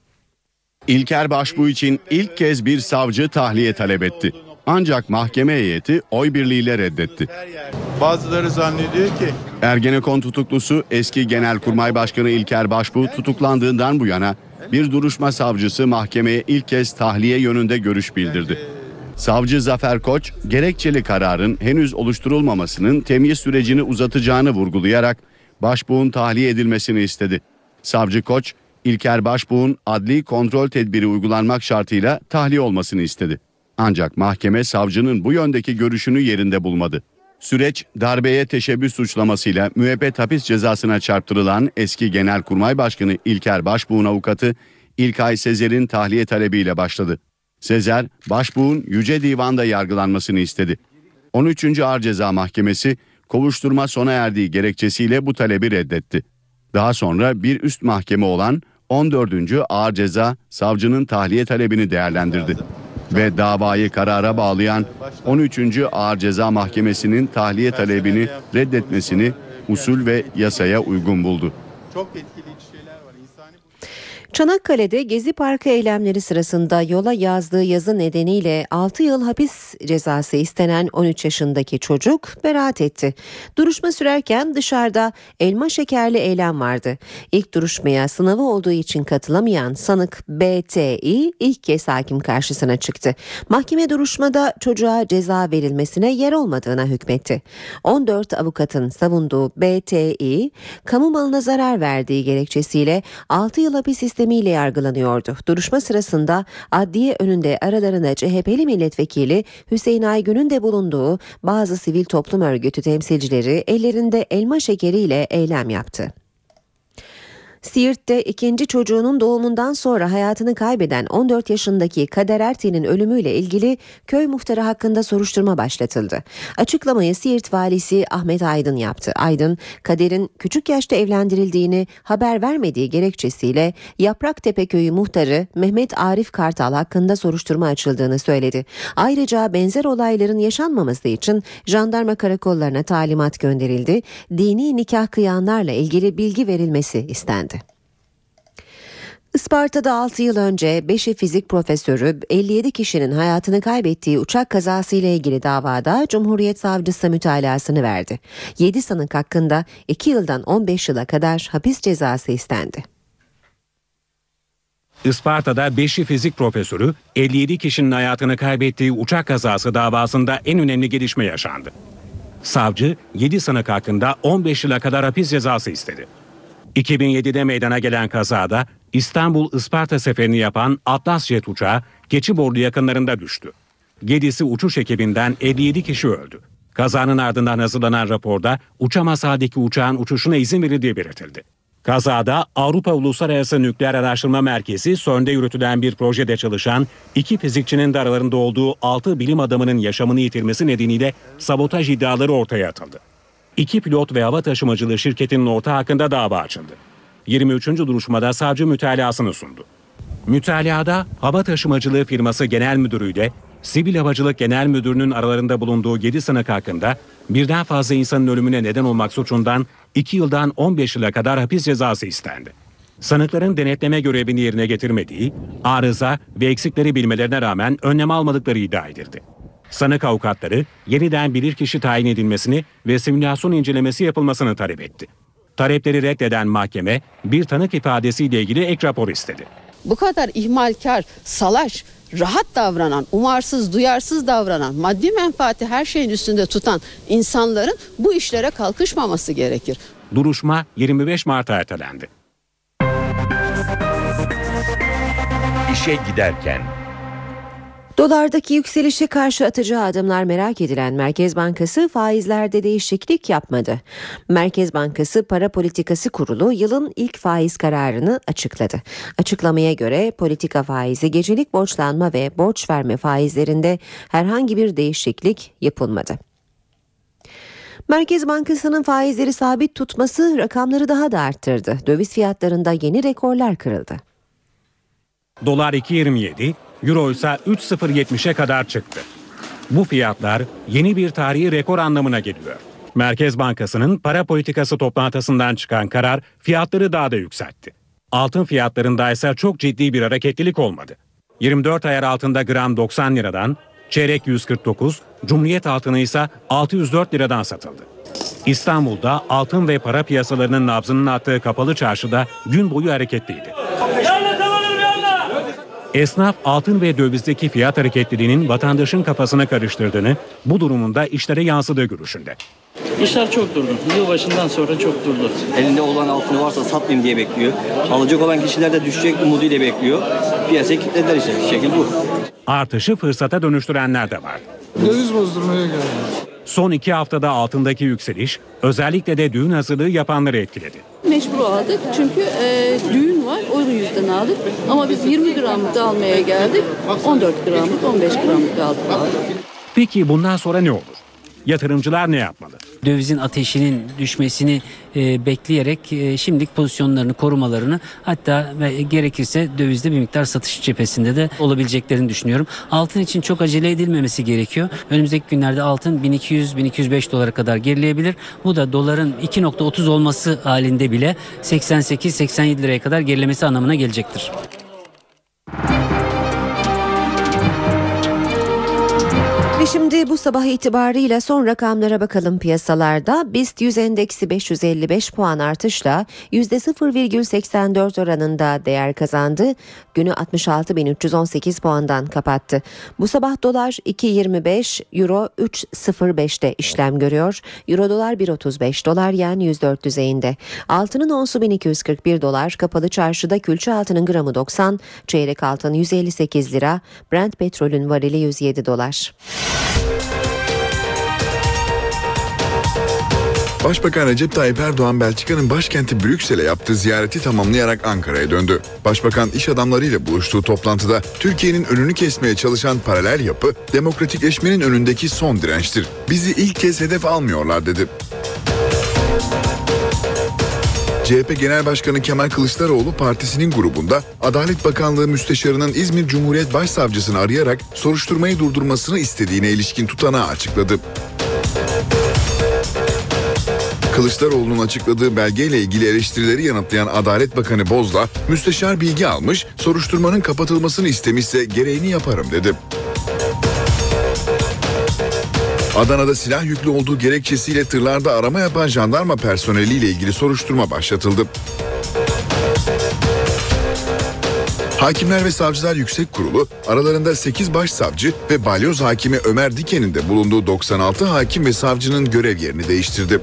İlker Başbuğ için ilk kez bir savcı tahliye talep etti. Ancak mahkeme heyeti oy birliğiyle reddetti. Bazıları zannediyor ki Ergenekon tutuklusu eski Genelkurmay Başkanı İlker Başbuğ tutuklandığından bu yana bir duruşma savcısı mahkemeye ilk kez tahliye yönünde görüş bildirdi. Savcı Zafer Koç, gerekçeli kararın henüz oluşturulmamasının temyiz sürecini uzatacağını vurgulayarak Başbuğ'un tahliye edilmesini istedi. Savcı Koç, İlker Başbuğ'un adli kontrol tedbiri uygulanmak şartıyla tahliye olmasını istedi. Ancak mahkeme savcının bu yöndeki görüşünü yerinde bulmadı. Süreç darbeye teşebbüs suçlamasıyla müebbet hapis cezasına çarptırılan eski Genelkurmay Başkanı İlker Başbuğ'un avukatı İlkay Sezer'in tahliye talebiyle başladı. Sezer, Başbuğ'un Yüce Divan'da yargılanmasını istedi. on üçüncü Ağır Ceza Mahkemesi kovuşturma sona erdiği gerekçesiyle bu talebi reddetti. Daha sonra bir üst mahkeme olan on dördüncü Ağır Ceza savcının tahliye talebini değerlendirdi ve davayı karara bağlayan on üçüncü Ağır Ceza Mahkemesi'nin tahliye talebini reddetmesini usul ve yasaya uygun buldu. çok etkileyici şeyler var. İnsani... Çanakkale'de Gezi Parkı eylemleri sırasında yola yazdığı yazı nedeniyle altı yıl hapis cezası istenen on üç yaşındaki çocuk beraat etti. Duruşma sürerken dışarıda elma şekerli eylem vardı. İlk duruşmaya sınavı olduğu için katılamayan sanık B T İ ilk kez hakim karşısına çıktı. Mahkeme duruşmada çocuğa ceza verilmesine yer olmadığına hükmetti. on dört avukatın savunduğu B T İ, kamu malına zarar verdiği gerekçesiyle altı yıl hapis istemiyle yargılanıyordu. Duruşma sırasında adliye önünde aralarında C H P'li milletvekili Hüseyin Aygün'ün de bulunduğu bazı sivil toplum örgütü temsilcileri ellerinde elma şekeriyle eylem yaptı. Siirt'te ikinci çocuğunun doğumundan sonra hayatını kaybeden on dört yaşındaki Kader Erten'in ölümüyle ilgili köy muhtarı hakkında soruşturma başlatıldı. Açıklamayı Siirt valisi Ahmet Aydın yaptı. Aydın, Kader'in küçük yaşta evlendirildiğini haber vermediği gerekçesiyle Yapraktepe köyü muhtarı Mehmet Arif Kartal hakkında soruşturma açıldığını söyledi. Ayrıca benzer olayların yaşanmaması için jandarma karakollarına talimat gönderildi. Dini nikah kıyanlarla ilgili bilgi verilmesi istendi. Isparta'da altı yıl önce beşi fizik profesörü elli yedi kişinin hayatını kaybettiği uçak kazası ile ilgili davada Cumhuriyet Savcısı mütalasını verdi. yedi sanık hakkında iki yıldan on beş yıla kadar hapis cezası istendi. Isparta'da beşi fizik profesörü elli yedi kişinin hayatını kaybettiği uçak kazası davasında en önemli gelişme yaşandı. Savcı yedi sanık hakkında on beş yıla kadar hapis cezası istedi. iki bin yedide meydana gelen kazada İstanbul-Isparta seferini yapan Atlas jet uçağı Keçiborlu yakınlarında düştü. Yedisi uçuş ekibinden elli yedi kişi öldü. Kazanın ardından hazırlanan raporda uçamaz haldeki uçağın uçuşuna izin verildiği belirtildi. Kazada Avrupa Uluslararası Nükleer Araştırma Merkezi CERN'de yürütülen bir projede çalışan iki fizikçinin de aralarında olduğu altı bilim adamının yaşamını yitirmesi nedeniyle sabotaj iddiaları ortaya atıldı. İki pilot ve hava taşımacılığı şirketinin ortağı hakkında dava açıldı. yirmi üçüncü duruşmada savcı mütalasını sundu. Mütalada hava taşımacılığı firması genel müdürü ile Sivil Havacılık Genel Müdürü'nün aralarında bulunduğu yedi sanık hakkında birden fazla insanın ölümüne neden olmak suçundan iki yıldan on beş yıla kadar hapis cezası istendi. Sanıkların denetleme görevini yerine getirmediği, arıza ve eksikleri bilmelerine rağmen önlem almadıkları iddia edildi. Sanık avukatları yeniden bilirkişi tayin edilmesini ve simülasyon incelemesi yapılmasını talep etti. Talepleri reddeden mahkeme bir tanık ifadesiyle ilgili ek rapor istedi. Bu kadar ihmalkar, salaş rahat davranan, umarsız, duyarsız davranan, maddi menfaati her şeyin üstünde tutan insanların bu işlere kalkışmaması gerekir. Duruşma yirmi beş Mart'a ertelendi. İşe giderken. Dolardaki yükselişe karşı atacağı adımlar merak edilen Merkez Bankası faizlerde değişiklik yapmadı. Merkez Bankası Para Politikası Kurulu yılın ilk faiz kararını açıkladı. Açıklamaya göre politika faizi, gecelik borçlanma ve borç verme faizlerinde herhangi bir değişiklik yapılmadı. Merkez Bankası'nın faizleri sabit tutması rakamları daha da arttırdı. Döviz fiyatlarında yeni rekorlar kırıldı. Dolar iki virgül yirmi yedi, Euro ise üç virgül sıfır yetmişe kadar çıktı. Bu fiyatlar yeni bir tarihi rekor anlamına geliyor. Merkez Bankası'nın para politikası toplantısından çıkan karar fiyatları daha da yükseltti. Altın fiyatlarında ise çok ciddi bir hareketlilik olmadı. yirmi dört ayar altında gram doksan liradan, çeyrek yüz kırk dokuz, Cumhuriyet altını ise altı yüz dört liradan satıldı. İstanbul'da altın ve para piyasalarının nabzının attığı kapalı çarşıda gün boyu hareketliydi. Esnaf altın ve dövizdeki fiyat hareketliliğinin vatandaşın kafasına karıştırdığını, bu durumun da işlere yansıdığı görüşünde. İşler çok durdu. Yılbaşından sonra çok durdu. Elinde olan altını varsa satmayayım diye bekliyor. Alacak olan kişiler de düşecek umuduyla bekliyor. Piyasayı kilitlediler işte. Şekil bu. Artışı fırsata dönüştürenler de var. Döviz bozdurmaya geldi. Son iki haftada altındaki yükseliş özellikle de düğün hazırlığı yapanları etkiledi. Mecbur aldık çünkü e, düğün var, o yüzden aldık. Ama biz yirmi gramlık da almaya geldik, on dört gramlık, on beş gramlık aldık. aldık. Peki bundan sonra ne olur? Yatırımcılar ne yapmalı? Dövizin ateşinin düşmesini e, bekleyerek e, şimdilik pozisyonlarını korumalarını, hatta ve gerekirse dövizde bir miktar satış cephesinde de olabileceklerini düşünüyorum. Altın için çok acele edilmemesi gerekiyor. Önümüzdeki günlerde altın bin iki yüz bin iki yüz beş dolara kadar gerileyebilir. Bu da doların iki virgül otuz olması halinde bile seksen sekiz seksen yedi liraya kadar gerilemesi anlamına gelecektir. Ve şimdi bu sabah itibarıyla son rakamlara bakalım piyasalarda. BIST yüz endeksi beş yüz elli beş puan artışla yüzde sıfır virgül seksen dört oranında değer kazandı. Günü altmış altı bin üç yüz on sekiz puandan kapattı. Bu sabah dolar iki virgül yirmi beş, euro üç virgül sıfır beşte işlem görüyor. Euro dolar bir virgül otuz beş, dolar yen yüz dört düzeyinde. Altının onsu bin iki yüz kırk bir dolar, kapalı çarşıda külçe altının gramı doksan, çeyrek altın yüz elli sekiz lira, Brent petrolün varili yüz yedi dolar. Başbakan Recep Tayyip Erdoğan Belçika'nın başkenti Brüksel'e yaptığı ziyareti tamamlayarak Ankara'ya döndü. Başbakan iş adamlarıyla buluştuğu toplantıda Türkiye'nin önünü kesmeye çalışan paralel yapı demokratikleşmenin önündeki son dirençtir. Bizi ilk kez hedef almıyorlar dedi. C H P Genel Başkanı Kemal Kılıçdaroğlu partisinin grubunda Adalet Bakanlığı Müsteşarı'nın İzmir Cumhuriyet Başsavcısını arayarak soruşturmayı durdurmasını istediğine ilişkin tutanağı açıkladı. Kılıçdaroğlu'nun açıkladığı belgeyle ilgili eleştirileri yanıtlayan Adalet Bakanı Bozla, müsteşar bilgi almış, soruşturmanın kapatılmasını istemişse gereğini yaparım dedi. Adana'da silah yüklü olduğu gerekçesiyle tırlarda arama yapan jandarma personeliyle ilgili soruşturma başlatıldı. Hakimler ve Savcılar Yüksek Kurulu aralarında sekiz başsavcı ve balyoz hakimi Ömer Diken'in de bulunduğu doksan altı hakim ve savcının görev yerini değiştirdi.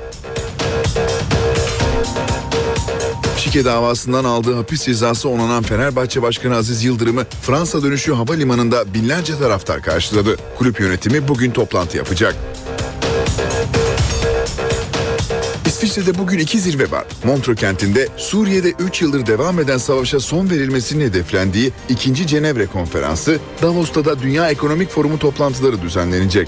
Şike davasından aldığı hapis cezası onanan Fenerbahçe Başkanı Aziz Yıldırım'ı Fransa dönüşü havalimanında binlerce taraftar karşıladı. Kulüp yönetimi bugün toplantı yapacak. İsviçre'de bugün iki zirve var. Montreux kentinde Suriye'de üç yıldır devam eden savaşa son verilmesinin hedeflendiği ikinci Cenevre Konferansı, Davos'ta da Dünya Ekonomik Forumu toplantıları düzenlenecek.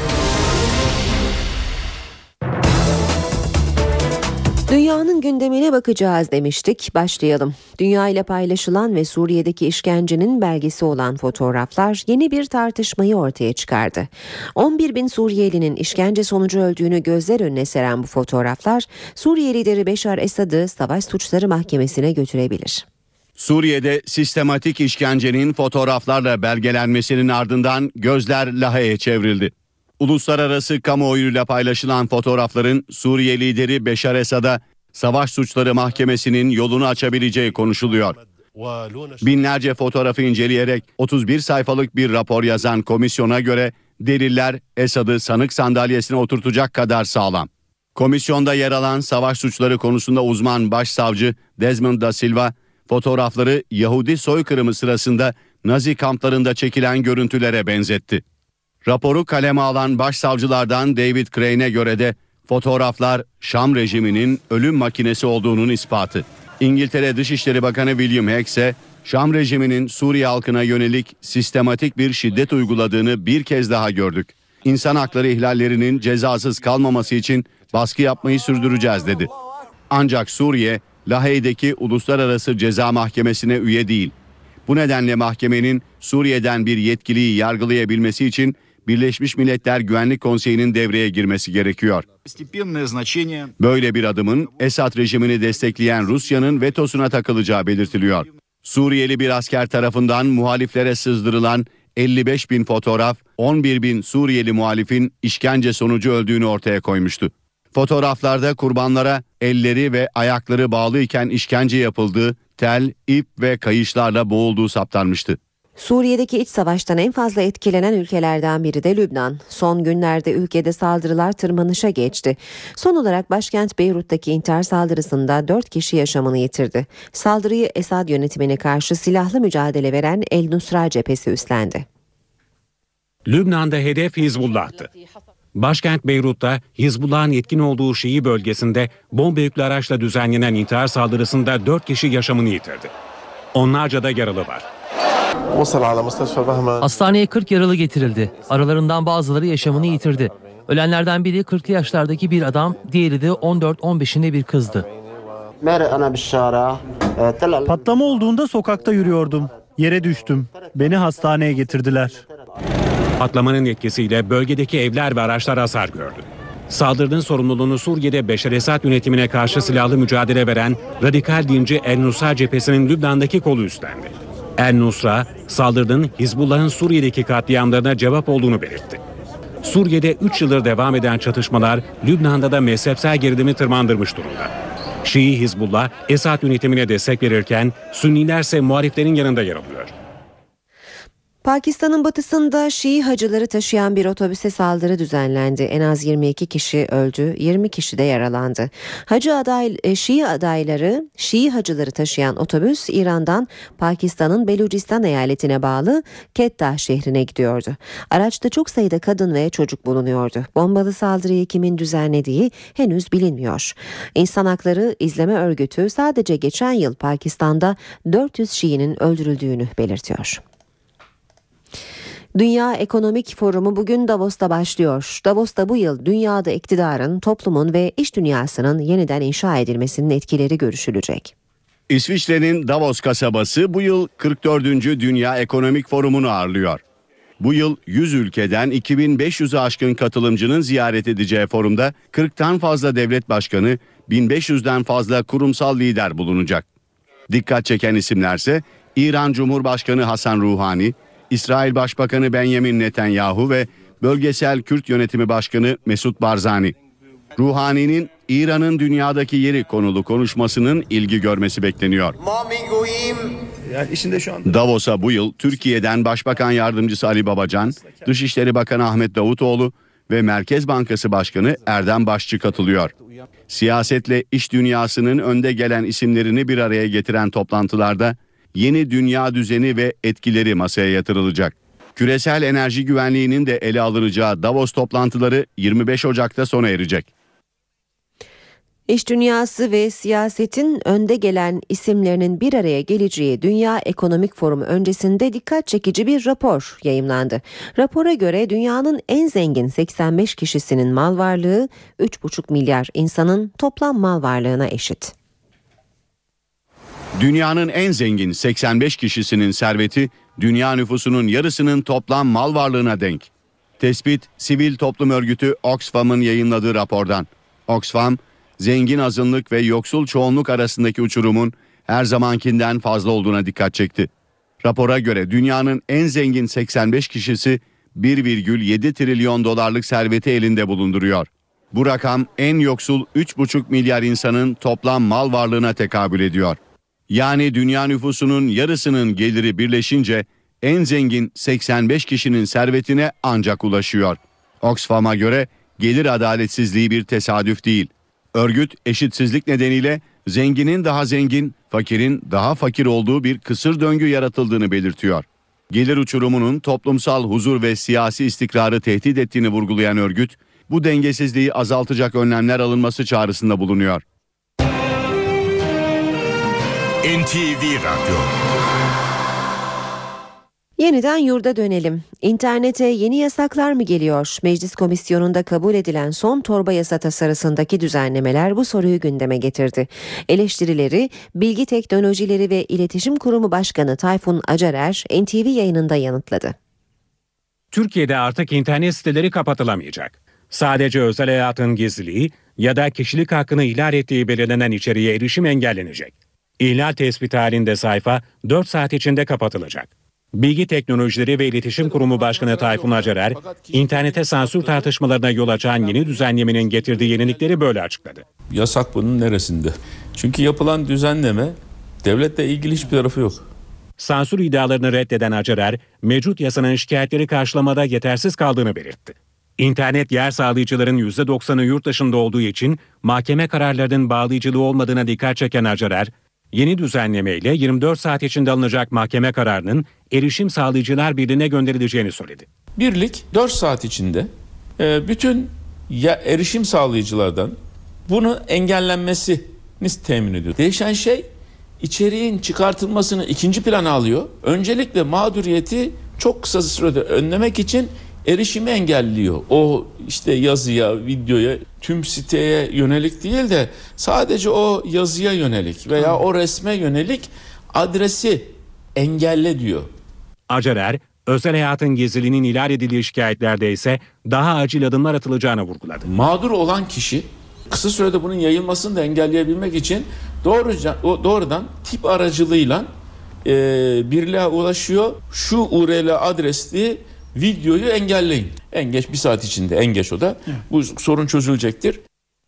Dünyanın gündemine bakacağız demiştik. Başlayalım. Dünya ile paylaşılan ve Suriye'deki işkencenin belgesi olan fotoğraflar yeni bir tartışmayı ortaya çıkardı. on bir bin Suriyelinin işkence sonucu öldüğünü gözler önüne seren bu fotoğraflar Suriye lideri Beşar Esad'ı Savaş Suçları Mahkemesi'ne götürebilir. Suriye'de sistematik işkencenin fotoğraflarla belgelenmesinin ardından gözler Lahey'e çevrildi. Uluslararası kamuoyuyla paylaşılan fotoğrafların Suriye lideri Beşar Esad'a Savaş Suçları Mahkemesi'nin yolunu açabileceği konuşuluyor. Binlerce fotoğrafı inceleyerek otuz bir sayfalık bir rapor yazan komisyona göre deliller Esad'ı sanık sandalyesine oturtacak kadar sağlam. Komisyonda yer alan savaş suçları konusunda uzman başsavcı Desmond da Silva, fotoğrafları Yahudi soykırımı sırasında Nazi kamplarında çekilen görüntülere benzetti. Raporu kaleme alan başsavcılardan David Crane'e göre de fotoğraflar Şam rejiminin ölüm makinesi olduğunun ispatı. İngiltere Dışişleri Bakanı William Hague ise Şam rejiminin Suriye halkına yönelik sistematik bir şiddet uyguladığını bir kez daha gördük. İnsan hakları ihlallerinin cezasız kalmaması için baskı yapmayı sürdüreceğiz dedi. Ancak Suriye, Lahey'deki Uluslararası Ceza Mahkemesi'ne üye değil. Bu nedenle mahkemenin Suriye'den bir yetkiliyi yargılayabilmesi için Birleşmiş Milletler Güvenlik Konseyi'nin devreye girmesi gerekiyor. Böyle bir adımın Esad rejimini destekleyen Rusya'nın vetosuna takılacağı belirtiliyor. Suriyeli bir asker tarafından muhaliflere sızdırılan elli beş bin fotoğraf, on bir bin Suriyeli muhalifin işkence sonucu öldüğünü ortaya koymuştu. Fotoğraflarda kurbanlara elleri ve ayakları bağlıyken işkence yapıldığı, tel, ip ve kayışlarla boğulduğu saptanmıştı. Suriye'deki iç savaştan en fazla etkilenen ülkelerden biri de Lübnan. Son günlerde ülkede saldırılar tırmanışa geçti. Son olarak başkent Beyrut'taki intihar saldırısında dört kişi yaşamını yitirdi. Saldırıyı Esad yönetimine karşı silahlı mücadele veren El Nusra cephesi üstlendi. Lübnan'da hedef Hizbullah'tı. Başkent Beyrut'ta Hizbullah'ın etkin olduğu Şii bölgesinde bomba yüklü araçla düzenlenen intihar saldırısında dört kişi yaşamını yitirdi. Onlarca da yaralı var. Hastaneye kırk yaralı getirildi. Aralarından bazıları yaşamını yitirdi. Ölenlerden biri kırklı yaşlardaki bir adam, diğeri de on dört on beşinde bir kızdı. Patlama olduğunda sokakta yürüyordum. Yere düştüm. Beni hastaneye getirdiler. Patlamanın etkisiyle bölgedeki evler ve araçlar hasar gördü. Saldırının sorumluluğunu Suriye'de Beşar Esad yönetimine karşı silahlı mücadele veren radikal dinci El Nusra cephesinin Lübnan'daki kolu üstlendi. El Nusra, saldırının Hizbullah'ın Suriye'deki katliamlarına cevap olduğunu belirtti. Suriye'de üç yıldır devam eden çatışmalar Lübnan'da da mezhepsel gerilimi tırmandırmış durumda. Şii Hizbullah, Esad yönetimine destek verirken Sünniler ise muhaliflerin yanında yer alıyor. Pakistan'ın batısında Şii hacıları taşıyan bir otobüse saldırı düzenlendi. En az yirmi iki kişi öldü, yirmi kişi de yaralandı. Hacı aday, Şii adayları, Şii hacıları taşıyan otobüs İran'dan Pakistan'ın Belucistan eyaletine bağlı Kettah şehrine gidiyordu. Araçta çok sayıda kadın ve çocuk bulunuyordu. Bombalı saldırıyı kimin düzenlediği henüz bilinmiyor. İnsan Hakları İzleme Örgütü sadece geçen yıl Pakistan'da dört yüz Şii'nin öldürüldüğünü belirtiyor. Dünya Ekonomik Forumu bugün Davos'ta başlıyor. Davos'ta bu yıl dünyada iktidarın, toplumun ve iş dünyasının yeniden inşa edilmesinin etkileri görüşülecek. İsviçre'nin Davos kasabası bu yıl kırk dördüncü Dünya Ekonomik Forumu'nu ağırlıyor. Bu yıl yüz ülkeden iki bin beş yüz'ü aşkın katılımcının ziyaret edeceği forumda kırktan fazla devlet başkanı, bin beş yüz'den fazla kurumsal lider bulunacak. Dikkat çeken isimlerse İran Cumhurbaşkanı Hasan Ruhani, İsrail Başbakanı Benjamin Netanyahu ve Bölgesel Kürt Yönetimi Başkanı Mesut Barzani. Ruhani'nin İran'ın dünyadaki yeri konulu konuşmasının ilgi görmesi bekleniyor. Davos'a bu yıl Türkiye'den Başbakan Yardımcısı Ali Babacan, Dışişleri Bakanı Ahmet Davutoğlu ve Merkez Bankası Başkanı Erdem Başçı katılıyor. Siyasetle iş dünyasının önde gelen isimlerini bir araya getiren toplantılarda yeni dünya düzeni ve etkileri masaya yatırılacak. Küresel enerji güvenliğinin de ele alınacağı Davos toplantıları yirmi beş Ocak'ta sona erecek. İş dünyası ve siyasetin önde gelen isimlerinin bir araya geleceği Dünya Ekonomik Forumu öncesinde dikkat çekici bir rapor yayımlandı. Rapora göre dünyanın en zengin seksen beş kişisinin mal varlığı üç buçuk milyar insanın toplam mal varlığına eşit. Dünyanın en zengin seksen beş kişisinin serveti dünya nüfusunun yarısının toplam mal varlığına denk. Tespit sivil toplum örgütü Oxfam'ın yayınladığı rapordan. Oxfam, zengin azınlık ve yoksul çoğunluk arasındaki uçurumun her zamankinden fazla olduğuna dikkat çekti. Rapora göre dünyanın en zengin seksen beş kişisi bir virgül yedi trilyon dolarlık serveti elinde bulunduruyor. Bu rakam en yoksul üç buçuk milyar insanın toplam mal varlığına tekabül ediyor. Yani dünya nüfusunun yarısının geliri birleşince en zengin seksen beş kişinin servetine ancak ulaşıyor. Oxfam'a göre gelir adaletsizliği bir tesadüf değil. Örgüt eşitsizlik nedeniyle zenginin daha zengin, fakirin daha fakir olduğu bir kısır döngü yaratıldığını belirtiyor. Gelir uçurumunun toplumsal huzur ve siyasi istikrarı tehdit ettiğini vurgulayan örgüt, bu dengesizliği azaltacak önlemler alınması çağrısında bulunuyor. N T V Radyo. Yeniden yurda dönelim. İnternete yeni yasaklar mı geliyor? Meclis Komisyonu'nda kabul edilen son torba yasa tasarısındaki düzenlemeler bu soruyu gündeme getirdi. Eleştirileri Bilgi Teknolojileri ve İletişim Kurumu Başkanı Tayfun Acarer N T V yayınında yanıtladı. Türkiye'de artık internet siteleri kapatılamayacak. Sadece özel hayatın gizliliği ya da kişilik hakkını ihlal ettiği belirlenen içeriğe erişim engellenecek. İhlal tespiti halinde sayfa dört saat içinde kapatılacak. Bilgi Teknolojileri ve İletişim Kurumu Başkanı Tayfun Acarer, internete sansür tartışmalarına yol açan yeni düzenlemenin getirdiği yenilikleri böyle açıkladı. Yasak bunun neresinde? Çünkü yapılan düzenleme devletle ilgili hiçbir tarafı yok. Sansür iddialarını reddeden Acarer, mevcut yasanın şikayetleri karşılamada yetersiz kaldığını belirtti. İnternet yer sağlayıcıların yüzde doksanı yurt dışında olduğu için mahkeme kararlarının bağlayıcılığı olmadığına dikkat çeken Acarer, yeni düzenlemeyle yirmi dört saat içinde alınacak mahkeme kararının Erişim Sağlayıcılar Birliği'ne gönderileceğini söyledi. Birlik dört saat içinde bütün erişim sağlayıcılardan bunu engellenmesini temin ediyor. Değişen şey içeriğin çıkartılmasını ikinci plana alıyor. Öncelikle mağduriyeti çok kısa sürede önlemek için erişimi engelliyor. O işte yazıya, videoya, tüm siteye yönelik değil de sadece o yazıya yönelik veya o resme yönelik adresi engelle diyor. Acarer, özel hayatın gizliliğinin ihlal edildiği şikayetlerde ise daha acil adımlar atılacağını vurguladı. Mağdur olan kişi kısa sürede bunun yayılmasını da engelleyebilmek için doğruca, doğrudan tip aracılığıyla e, birliğe ulaşıyor. Şu U R L adresli videoyu engelleyin. En geç bir saat içinde, en geç o da bu sorun çözülecektir.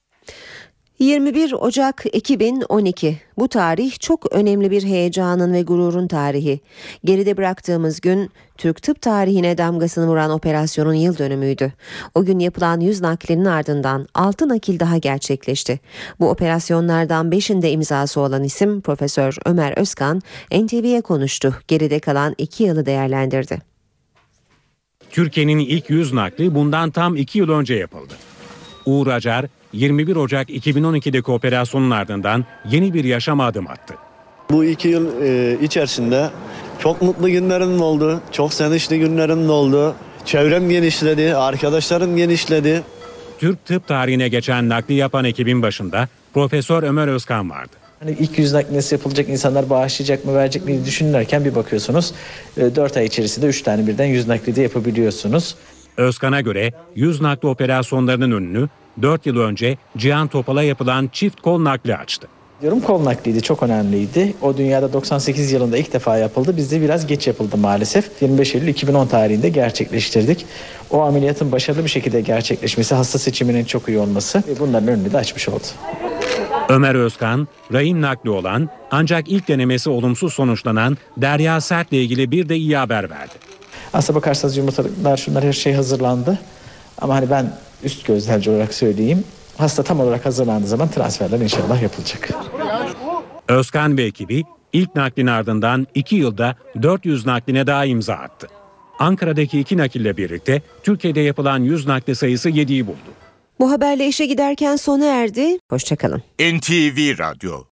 yirmi bir Ocak iki bin on iki. Bu tarih çok önemli bir heyecanın ve gururun tarihi. Geride bıraktığımız gün Türk tıp tarihine damgasını vuran operasyonun yıl dönümüydü. O gün yapılan yüz naklinin ardından altı nakil daha gerçekleşti. Bu operasyonlardan beşinde imzası olan isim Profesör Ömer Özkan N T V'ye konuştu. Geride kalan iki yılı değerlendirdi. Türkiye'nin ilk yüz nakli bundan tam iki yıl önce yapıldı. Uğur Acar, yirmi bir Ocak iki bin on ikideki operasyonun ardından yeni bir yaşama adım attı. Bu iki yıl e, içerisinde çok mutlu günlerim oldu, çok sevinçli günlerim oldu. Çevrem genişledi, arkadaşlarım genişledi. Türk tıp tarihine geçen nakli yapan ekibin başında Profesör Ömer Özkan vardı. Hani ilk yüz nakli nasıl yapılacak, insanlar bağışlayacak mı, verecek mi düşünürken bir bakıyorsunuz dört ay içerisinde üç tane birden yüz nakli de yapabiliyorsunuz. Özkan'a göre yüz nakli operasyonlarının önünü dört yıl önce Cihan Topal'a yapılan çift kol nakli açtı. Diyorum kol nakliydi, çok önemliydi. O dünyada doksan sekiz yılında ilk defa yapıldı. Bizde biraz geç yapıldı maalesef. yirmi beş Eylül iki bin on tarihinde gerçekleştirdik. O ameliyatın başarılı bir şekilde gerçekleşmesi, hasta seçiminin çok iyi olması ve bunların önünü de açmış oldu. Ömer Özkan, rahim nakli olan ancak ilk denemesi olumsuz sonuçlanan Derya Sert'le ilgili bir de iyi haber verdi. Aslına bakarsanız yumurtalıklar, şunlar, her şey hazırlandı. Ama hani ben üst gözlemci olarak söyleyeyim. Hasta tam olarak hazırlandığı zaman transferler inşallah yapılacak. Özkan ve ekibi ilk naklin ardından iki yılda dört yüz nakline daha imza attı. Ankara'daki iki nakille birlikte Türkiye'de yapılan yüz nakli sayısı yediyi buldu. Bu haberle işe giderken sona erdi. Hoşçakalın. N T V Radyo